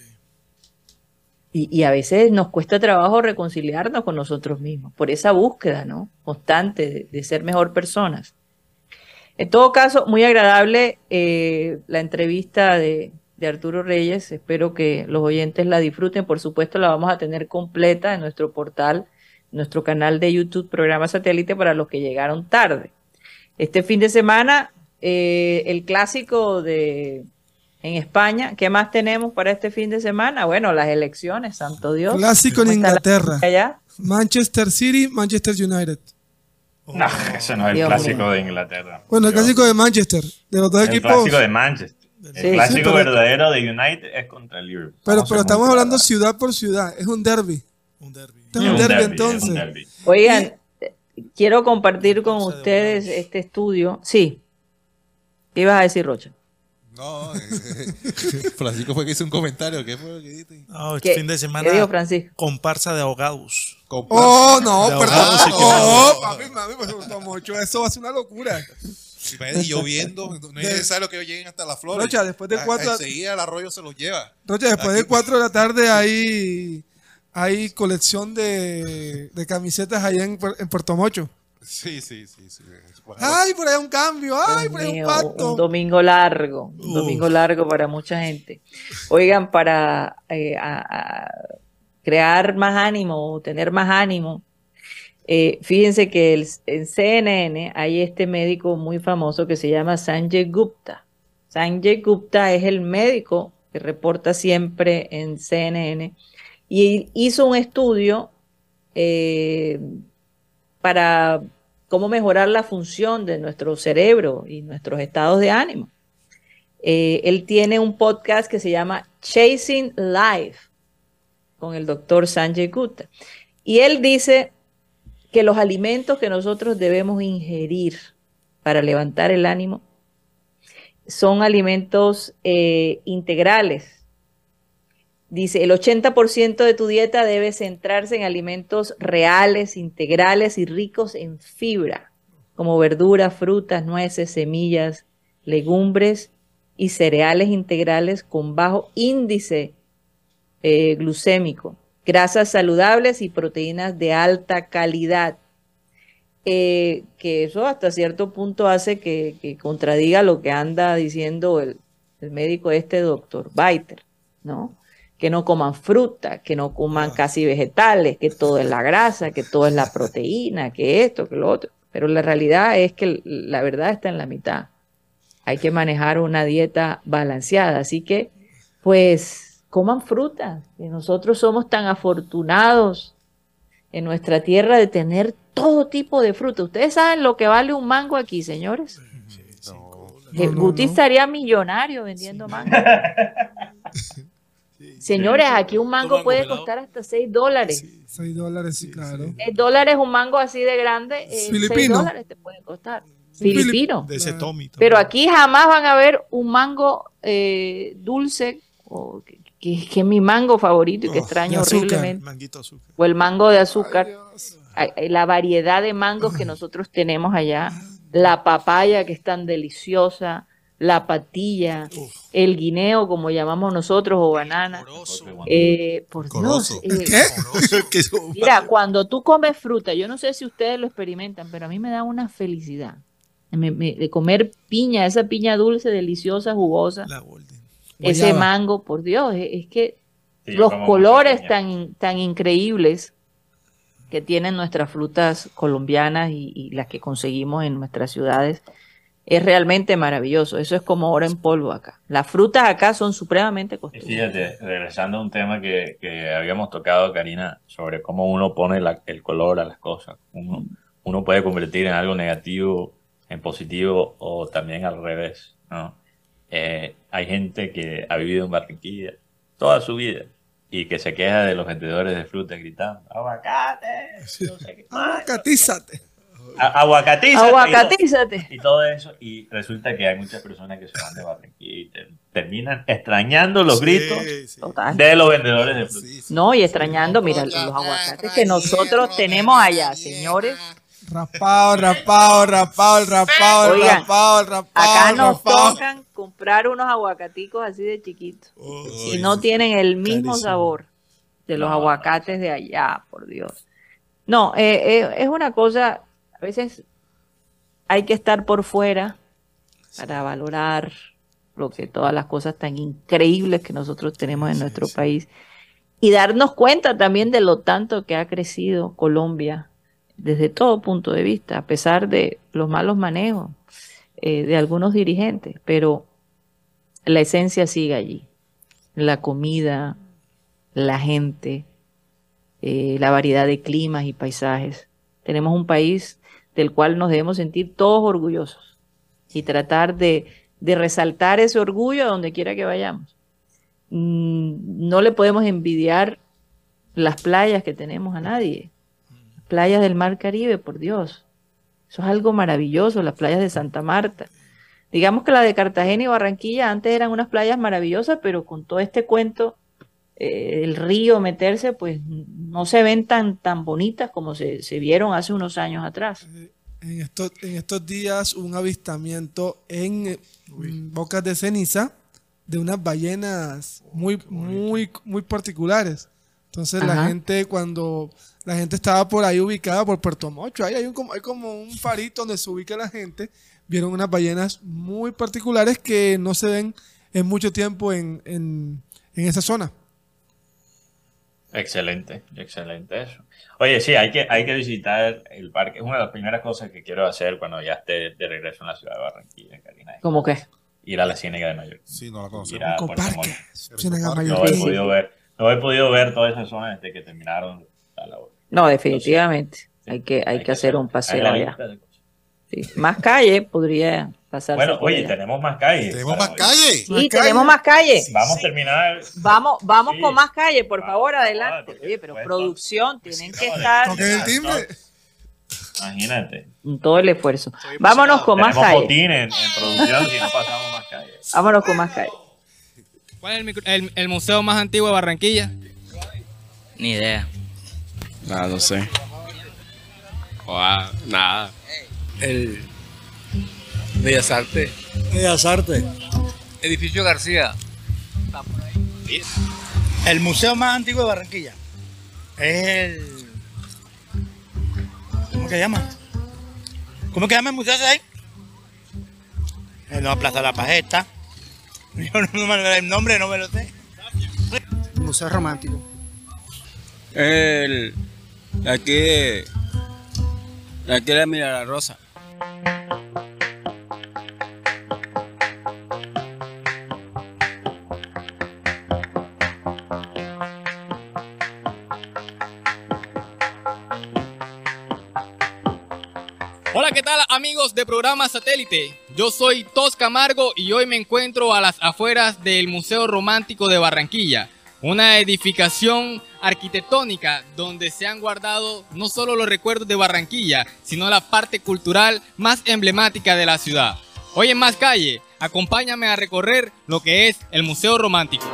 Y a veces nos cuesta trabajo reconciliarnos con nosotros mismos, por esa búsqueda, ¿no?, constante de ser mejor personas. En todo caso, muy agradable la entrevista de Arturo Reyes. Espero que los oyentes la disfruten. Por supuesto, la vamos a tener completa en nuestro portal, nuestro canal de YouTube, Programa Satélite, para los que llegaron tarde. Este fin de semana, el clásico en España. ¿Qué más tenemos para este fin de semana? Bueno, las elecciones, santo Dios. Clásico en ¿Cómo está la Inglaterra. gente allá? Manchester City, Manchester United. No, eso no es el Dios clásico mío. de Inglaterra. Bueno, el clásico de Manchester, de los dos El equipos. clásico de Manchester. El Sí, clásico sí, pero- verdadero de United es contra el Liverpool. Pero Vamos a ser estamos muy hablando claros. ciudad por ciudad. Es un derby. Un derbi. Este es Es un un derby derbi, es entonces. un derbi. Oigan, quiero compartir con Cosa de ustedes abogados. este estudio. Sí. ¿Qué ibas a decir, Rocha? No, Francisco fue que hizo un comentario. ¿Qué fue lo que dijiste? No, este ¿Qué, fin de ¿qué semana, dijo Francisco? comparsa de abogados. Oh, no, De perdón. abogados y que Oh, no. papi, mami, pues Tomocho, eso va a ser una locura. Y lloviendo, no es necesario que lleguen hasta las flores. Rocha, después de cuatro- Enseguida el arroyo se los lleva. Rocha, después de 4 de la tarde hay colección de camisetas allá en Puerto Mocho. Sí. Ay, por ahí un cambio. Ay, por ahí un Mío, pacto. un domingo largo, un domingo largo para mucha gente. Oigan, para crear más ánimo, tener más ánimo, Fíjense que en CNN hay este médico muy famoso que se llama Sanjay Gupta. Sanjay Gupta es el médico que reporta siempre en CNN y hizo un estudio para cómo mejorar la función de nuestro cerebro y nuestros estados de ánimo. Él tiene un podcast que se llama Chasing Life con el doctor Sanjay Gupta. Y él dice que los alimentos que nosotros debemos ingerir para levantar el ánimo son alimentos integrales. Dice, el 80% de tu dieta debe centrarse en alimentos reales, integrales y ricos en fibra, como verduras, frutas, nueces, semillas, legumbres y cereales integrales con bajo índice glucémico, grasas saludables y proteínas de alta calidad. Que eso hasta cierto punto hace que contradiga lo que anda diciendo el médico doctor Biter, ¿no? Que no coman fruta, que no coman casi vegetales, que todo es la grasa, que todo es la proteína, que esto, que lo otro. Pero la realidad es que la verdad está en la mitad. Hay que manejar una dieta balanceada. Así que, pues, coman fruta. Que nosotros somos tan afortunados en nuestra tierra de tener todo tipo de fruta. ¿Ustedes saben lo que vale un mango aquí, señores? Guti estaría millonario vendiendo mango. Señores, aquí un mango puede costar hasta $6. $6, sí, claro. $6 un mango así de grande, Filipino. $6 te puede costar. Filipino. De ese Tommy. Pero aquí jamás van a ver un mango dulce, que es mi mango favorito y que extraño horriblemente. Manguito azúcar. O el mango de azúcar. Ay, La variedad de mangos que nosotros tenemos allá. La papaya, que es tan deliciosa. La patilla, el guineo, como llamamos nosotros, o banana. Por Corozo. Dios. ¿Qué? Mira, cuando tú comes fruta, yo no sé si ustedes lo experimentan, pero a mí me da una felicidad de comer piña, esa piña dulce, deliciosa, jugosa. La Golden. Ese Guayaba. mango, por Dios, es que Sí, los como colores mucha piña. tan increíbles que tienen nuestras frutas colombianas y las que conseguimos en nuestras ciudades. Es realmente maravilloso. Eso es como oro en polvo acá. Las frutas acá son supremamente Y costosas. fíjate, regresando a un tema que habíamos tocado, Karina, sobre cómo uno pone el color a las cosas. Uno puede convertir en algo negativo en positivo o también al revés, ¿no? Hay gente que ha vivido en Barranquilla toda su vida y que se queja de los vendedores de fruta gritando, ¡aguacate! No sé qué más. Aguacatízate. Aguacatízate. Aguacatízate. Y todo eso, y resulta que hay muchas personas que se van de Barranquilla y terminan extrañando los gritos Sí. Total. de los vendedores de fruta. Sí, sí. No, y extrañando, mira, los aguacates que nosotros tenemos allá, señores. Rapado, rapado, rapado, rapado, Oigan, rapado, rapado. Acá nos rapado. tocan comprar unos aguacaticos así de chiquitos. Oh, Y no tienen el mismo Carísimo. sabor de los No. aguacates de allá, por Dios. No, es una cosa, a veces hay que estar por fuera para valorar todas las cosas tan increíbles que nosotros tenemos en nuestro país y darnos cuenta también de lo tanto que ha crecido Colombia desde todo punto de vista, a pesar de los malos manejos de algunos dirigentes, pero la esencia sigue allí. La comida, la gente, la variedad de climas y paisajes. Tenemos un país del cual nos debemos sentir todos orgullosos y tratar de resaltar ese orgullo a donde quiera que vayamos. No le podemos envidiar las playas que tenemos a nadie. Playas del Mar Caribe, por Dios. Eso es algo maravilloso, las playas de Santa Marta. Digamos que la de Cartagena y Barranquilla antes eran unas playas maravillosas, pero con todo este cuento, el río meterse, pues no se ven tan bonitas como se vieron hace unos años atrás. En estos días un avistamiento en Bocas de Ceniza de unas ballenas muy particulares. Entonces la Ajá. gente, cuando la gente estaba por ahí ubicada por Puerto Mocho, hay como un farito donde se ubica la gente, vieron unas ballenas muy particulares que no se ven en mucho tiempo en esa zona. Excelente, excelente eso. Oye, sí, hay que visitar el parque. Es una de las primeras cosas que quiero hacer cuando ya esté de regreso en la ciudad de Barranquilla, Karina. ¿Cómo qué? Ir a la Ciénaga de Mallorquín. Sí, no la conocemos. Ir a Puerto Ecoparque. Montt. Ciénaga No he Mallorquín. podido ver toda esa zona desde que terminaron la labor. No, definitivamente. Sí, Hay que hacer un paseo hay la allá. lista de cosas. Sí. Más calle podría pasarse. Bueno, por oye, allá. tenemos más calles. Tenemos para más hoy. calle. Sí, tenemos más calle. Vamos a terminar. Vamos Sí. con más calle, por Vamos, favor, por adelante. favor, porque Oye, pero después producción, pues, tienen sí, que no, estar Toquen el timbre. Imagínate. con todo el esfuerzo. Estoy Vámonos emocionado. con más Tenemos calle. botín en producción si no pasamos más calles. Vámonos con más calle. ¿Cuál es el museo más antiguo de Barranquilla? Ni idea. Nada, no sé. Nada. El Bellas Artes. Bellas Artes. Edificio García. El museo más antiguo de Barranquilla. Es el... ¿Cómo que se llama? ¿Cómo que se llama el museo ese ahí? La Plaza de la Pajeta. Yo no me el nombre, no me lo sé. El Museo Romántico. El... Aquí de la Mira Rosa. Hola, ¿qué tal amigos de programa Satélite? Yo soy Tos Camargo y hoy me encuentro a las afueras del Museo Romántico de Barranquilla, una edificación arquitectónica donde se han guardado no solo los recuerdos de Barranquilla, sino la parte cultural más emblemática de la ciudad. Hoy en Más Calle, acompáñame a recorrer lo que es el Museo Romántico.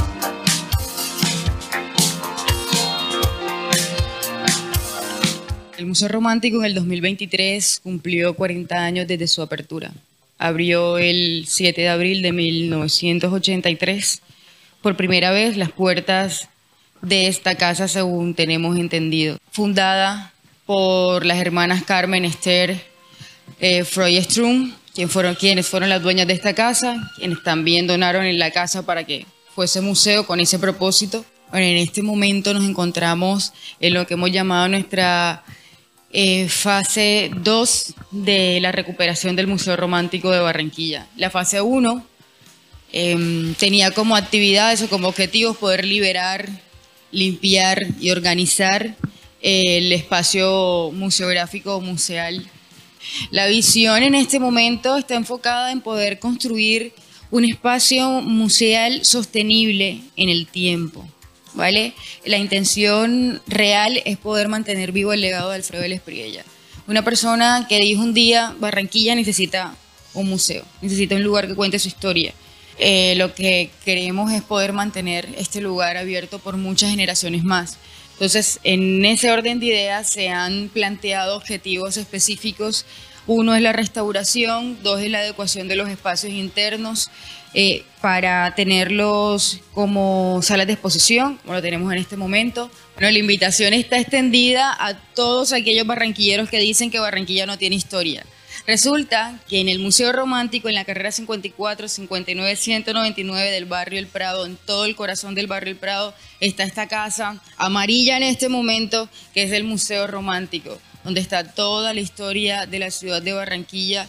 El Museo Romántico en el 2023 cumplió 40 años desde su apertura. Abrió el 7 de abril de 1983. Por primera vez las puertas de esta casa, según tenemos entendido. Fundada por las hermanas Carmen Esther Freud-Strum, quienes fueron las dueñas de esta casa, quienes también donaron en la casa para que fuese museo con ese propósito. Bueno, en este momento nos encontramos en lo que hemos llamado nuestra fase 2 de la recuperación del Museo Romántico de Barranquilla. La fase 1 tenía como actividades o como objetivos poder liberar, limpiar y organizar el espacio museográfico o museal. La visión en este momento está enfocada en poder construir un espacio museal sostenible en el tiempo, ¿vale? La intención real es poder mantener vivo el legado de Alfredo Vélez Priella, una persona que dijo un día: Barranquilla necesita un museo, necesita un lugar que cuente su historia. Lo que queremos es poder mantener este lugar abierto por muchas generaciones más. Entonces, en ese orden de ideas se han planteado objetivos específicos. Uno es la restauración, dos es la adecuación de los espacios internos para tenerlos como salas de exposición, como lo tenemos en este momento. Bueno, la invitación está extendida a todos aquellos barranquilleros que dicen que Barranquilla no tiene historia. Resulta que en el Museo Romántico, en la carrera 54, 59, 199 del barrio El Prado, en todo el corazón del barrio El Prado, está esta casa amarilla en este momento, que es el Museo Romántico, donde está toda la historia de la ciudad de Barranquilla.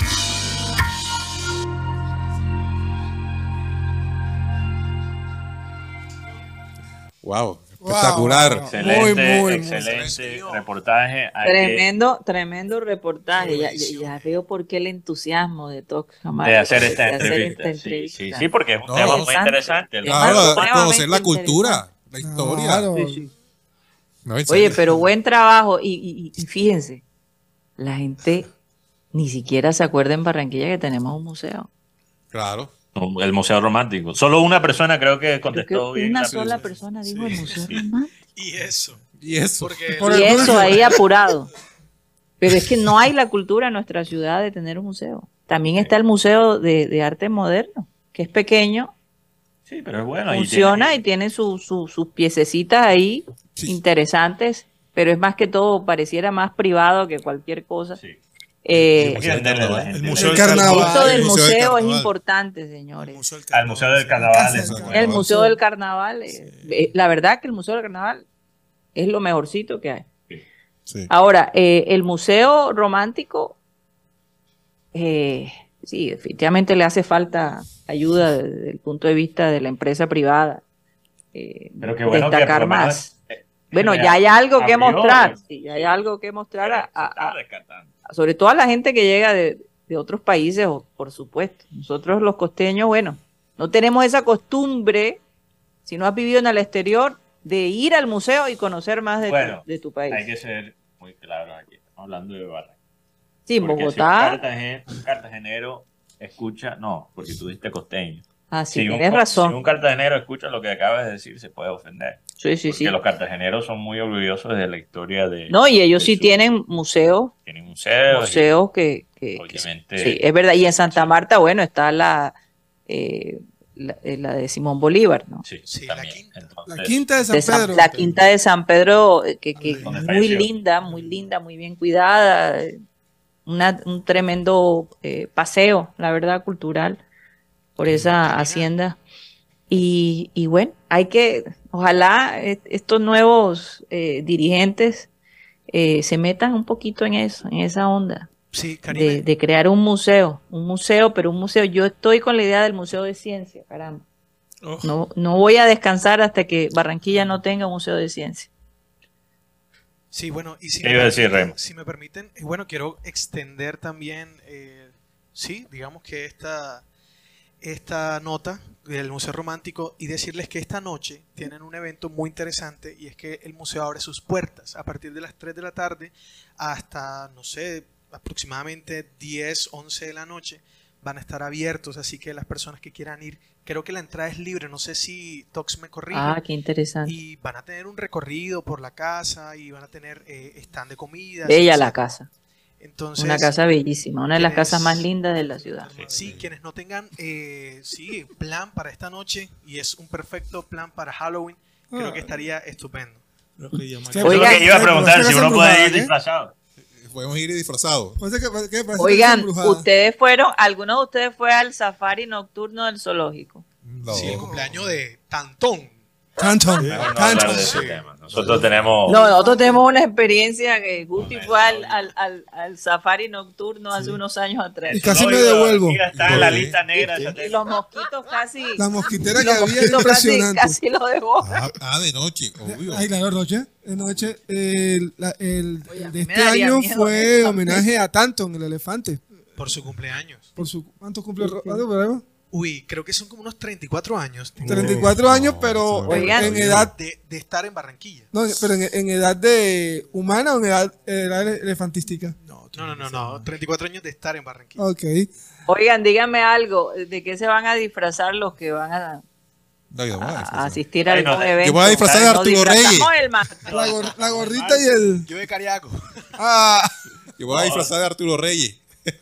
Wow, espectacular. Wow. Excelente reportaje. Tremendo reportaje. Ya veo por qué el entusiasmo de Tox De hacer esta entrevista. Sí, porque es un tema muy interesante. Claro, conocer la cultura, la historia. Claro. No, en Oye, serio. pero buen trabajo. Y fíjense, la gente ni siquiera se acuerda en Barranquilla que tenemos un museo. Claro. El Museo Romántico. Solo una persona creo que Creo contestó que bien. una la sola pregunta. persona dijo el Museo Romántico. Y eso. Y eso. Porque Y eso ahí apurado. Pero es que no hay la cultura en nuestra ciudad de tener un museo. También está el Museo de Arte Moderno, que es pequeño, Sí, pero es bueno. funciona y tiene sus piececitas ahí Sí. interesantes, pero es más que todo, pareciera más privado que cualquier cosa. Sí. Hay que venderle a la gente. El Museo El del Carnaval. Esto del El Museo del museo es Carnaval. importante, señores. Al Museo del Carnaval. El Museo del Carnaval, la verdad que el Museo del Carnaval es lo mejorcito que hay. Sí. Ahora, el Museo Romántico, sí, definitivamente le hace falta ayuda desde el punto de vista de la empresa privada. Pero qué bueno que destacar por lo menos, más. Bueno, ya hay algo que abrió, mostrar, sí, ya hay algo que mostrar se está rescatando. sobre todo a la gente que llega de otros países, por supuesto. Nosotros los costeños, bueno, no tenemos esa costumbre, si no has vivido en el exterior, de ir al museo y conocer más de tu país. Hay que ser muy claros aquí. Estamos hablando de Barranquilla. Sí, en Porque Bogotá. Si un cartagenero escucha, no, porque tú dijiste costeño. Ah, sí, Si tienes razón. Si un cartagenero escucha lo que acabas de decir, se puede ofender. Sí, sí, Porque sí. los cartageneros son muy orgullosos de la historia de... No, y ellos de sí su- tienen museos. Tienen museos. Museos que obviamente, sí, es verdad. Y en Santa Marta, bueno, está la de Simón Bolívar, ¿no? Sí, Sí, también. La Entonces, quinta de San Pedro. La quinta de San Pedro, que Donde muy falleció. linda, muy bien cuidada. Un tremendo paseo, la verdad, cultural por esa hacienda. Y bueno, ojalá estos nuevos dirigentes se metan un poquito en eso, en esa onda. Sí, Karime. De crear un museo, pero un museo. Yo estoy con la idea del Museo de Ciencia, caramba. Oh. No voy a descansar hasta que Barranquilla no tenga un museo de ciencia. Sí, bueno, y ¿Qué iba a decir, Remo? si me permiten, bueno, quiero extender también, sí, digamos que esta nota del Museo Romántico y decirles que esta noche tienen un evento muy interesante y es que el museo abre sus puertas a partir de las 3 de la tarde hasta, no sé, aproximadamente 10, 11 de la noche van a estar abiertos, así que las personas que quieran ir, creo que la entrada es libre, no sé si Tox me corrige. Ah, qué interesante. Y van a tener un recorrido por la casa y van a tener stand de comidas. Bella la etcétera. casa. Entonces, Una casa bellísima, una de las quienes- casas más lindas de la ciudad. Sí, quienes no tengan sí, plan para esta noche y es un perfecto plan para Halloween, creo que estaría estupendo. Lo que llama- Sí, Eso es lo que iba a preguntar, pero si es uno puede ir embrujada, ¿eh? disfrazado. Podemos ir disfrazados. ¿Qué parece Oigan, embrujada? algunos de ustedes fue al safari nocturno del zoológico. No. Sí, el cumpleaños de Tantón. Canton. Mejor no Canton. hablar de ese tema. Nosotros tenemos... No, nosotros tenemos una experiencia que Guti fue al safari nocturno hace unos años atrás. Y casi me zoológico, devuelvo. aquí está en la lista negra. Y los mosquitos casi, La mosquitera que los había mosquitos impresionante. casi lo dejó. De noche, obvio. Ay, claro, de noche. El Oye, a de mí me este daría año miedo, fue honestamente. homenaje a Tanton, el elefante. Por su cumpleaños. ¿Cuántos cumple? ¿Cuánto, Bravo? Uy, creo que son como unos 34 años. 34 años, pero Oigan. en edad, De estar en Barranquilla. no, pero en edad de humana o en edad elefantística. No, 34 años de estar en Barranquilla. Ok. Oigan, díganme algo, ¿de qué se van a disfrazar los que van a No, yo me voy a disfrazar. asistir a Ay, no, algún yo evento? me voy a disfrazar de Nos Arturo disfrazamos Reyes. el martes. La gorrita y el... Yo de Cariaco. Ah, Yo voy a disfrazar de Arturo Reyes.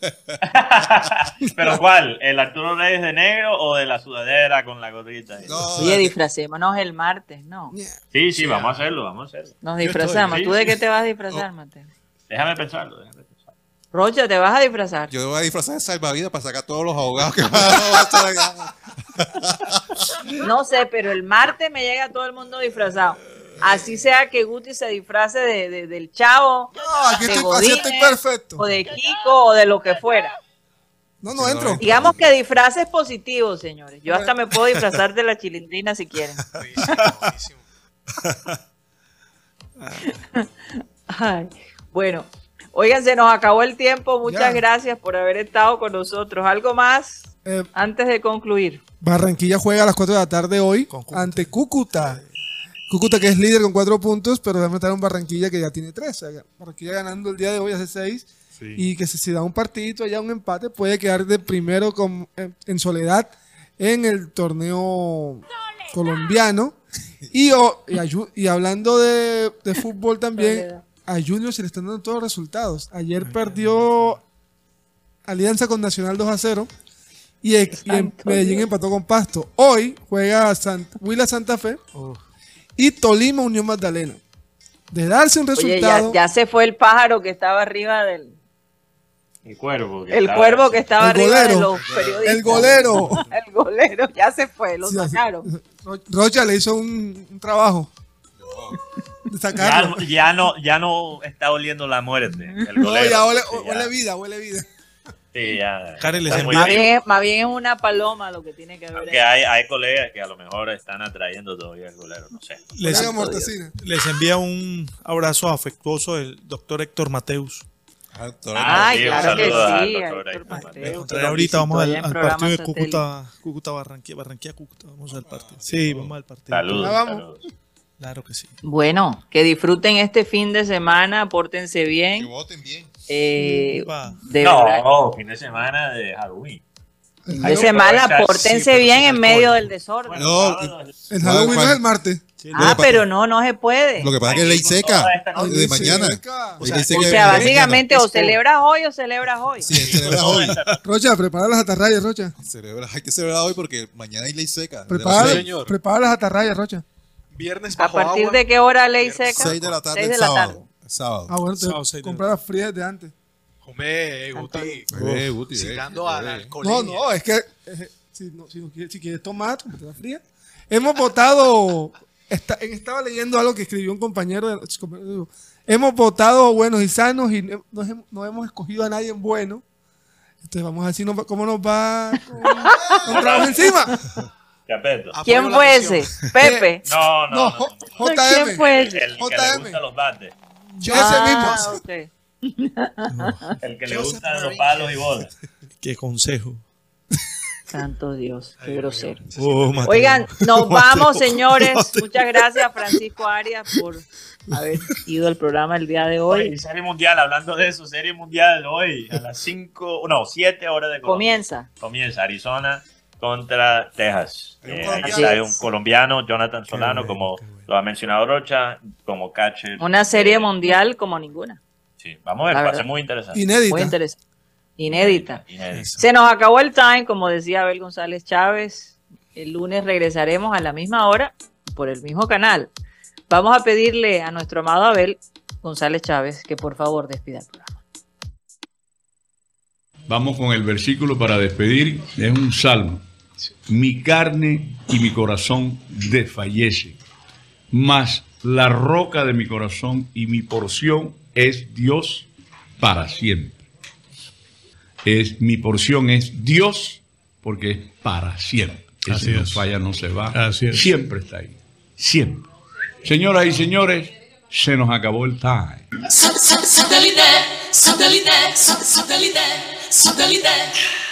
¿Pero cuál? ¿El Arturo Reyes de negro o de la sudadera con la gorrita? No, Oye, disfracémonos el martes, ¿no? Sí, vamos a hacerlo, Nos disfrazamos. estoy, ¿Tú sí, de sí. qué te vas a disfrazar, Mateo? Déjame pensarlo. Rocha, ¿te vas a disfrazar? Yo voy a disfrazar de salvavidas para sacar a todos los ahogados que van a estar acá. No sé, pero el martes me llega todo el mundo disfrazado. Así sea que Guti se disfrace del Chavo, no, aquí de estoy, así estoy Godínez, perfecto. o de Kiko, o de lo que fuera. No entro. Digamos que disfraces positivos, señores. Yo hasta me puedo disfrazar de la Chilindrina si quieren. Buenísimo, buenísimo. Ay, bueno, oigan, se nos acabó el tiempo. Muchas Ya. gracias por haber estado con nosotros. ¿Algo más antes de concluir? Barranquilla juega a las 4 de la tarde hoy ante Cúcuta. Cúcuta que es líder con 4 puntos, pero va a enfrentar a un Barranquilla que ya tiene 3. O sea, Barranquilla ganando el día de hoy hace 6. Sí. Y que si da un partidito allá, un empate, puede quedar de primero en soledad en el torneo colombiano. Y hablando de fútbol también, Soledad. a Junior se le están dando todos los resultados. Ayer perdió Alianza con Nacional 2-0 y en Medellín empató con Pasto. Hoy juega Huila Santa Fe y Tolima Unión Magdalena. De darse un Oye, resultado... ya se fue el pájaro que estaba arriba del... El cuervo. El cuervo que estaba El arriba de golero. los periodistas. El golero. El golero ya se fue, lo Sí, sacaron. Rocha le hizo un trabajo. De sacarlo. Ya no está oliendo la muerte. El No, golero. ya huele, Sí, ya. huele vida. Sí, ya. Karen, les Está muy envío- bien. Más bien es una paloma lo que tiene que ver. Aunque hay colegas que a lo mejor están atrayendo todavía el golero, no sé. Les, Colega Mortecina. les envía un abrazo afectuoso el doctor Héctor Mateus. Ay, sí, un claro que saludo al sí, doctor a Héctor Héctor Mateo. Mateo. Entonces, ahorita vamos allá en al programa partido de satélite. Cúcuta Barranquilla, Cúcuta. Vamos al partido. Sí, vamos al partido. Saludos. Ya vamos. Saludos. Claro que sí. Bueno, que disfruten este fin de semana, pórtense bien. voten bien. Va. De verdad. No, fin de semana de Halloween. Fin de semana, aprovechar, pórtense sí, pero bien sin en alcohol. medio del desorden. Bueno, No, sábado, El Halloween no es el martes. Pero no se puede. Lo que pasa es que es ley seca. toda esta noche. De mañana. Seca. Ley sea, seca O de sea, mañana. básicamente o celebras hoy o celebras hoy. Sí, celebra hoy. Rocha, prepara las atarrayas, Rocha. Hay que celebrar hoy porque mañana hay ley seca. Prepara las atarrayas, Rocha. Viernes ¿A bajo partir agua. de qué hora ley seca? 6 de la tarde 6 el de la sábado. tarde. Sábado. Ah, bueno, Sábado, 6 de la comprar las frías de antes. Hombre, Guti. Guti, Citando a la No, alcoholemia. no, es que si quieres tomar, cómprate la fría. Hemos votado, estaba leyendo algo que escribió un compañero, hemos votado buenos y sanos y no hemos escogido a nadie bueno. Entonces vamos a ver cómo nos va con tragos encima. Capeto. Apoyo ¿Quién la fue moción. ese? ¿Pepe? No. ¿Quién fue ese? El que le gusta los bates. Ese mismo. Ok. El que le gustan los palos y bolas. Qué consejo. Santo Dios, qué grosero. Oh, Mateo. Oigan, nos vamos, Mateo, señores. Mateo. Muchas gracias, Francisco Arias, por haber ido al programa el día de hoy. Oye, serie mundial, hablando de eso, serie mundial hoy a las 7 horas de Colombia. Comienza Arizona contra Texas. Aquí hay un colombiano, Jonathan Solano, como lo ha mencionado Rocha, como catcher. Una serie mundial como ninguna. Sí, vamos a ver, La va a ser verdad. muy interesante. Muy interesante. Inédita. Inédita. Se nos acabó el time, como decía Abel González Chávez. El lunes regresaremos a la misma hora por el mismo canal. Vamos a pedirle a nuestro amado Abel González Chávez que por favor despida el programa. Vamos con el versículo para despedir. Es un salmo. Mi carne y mi corazón desfallecen, mas la roca de mi corazón y mi porción es Dios para siempre. Mi porción es Dios porque es para siempre. Ese no falla, no se va. Así es. Siempre está ahí. Siempre. Señoras y señores, se nos acabó el time. Satellite, satellite, satellite, satellite.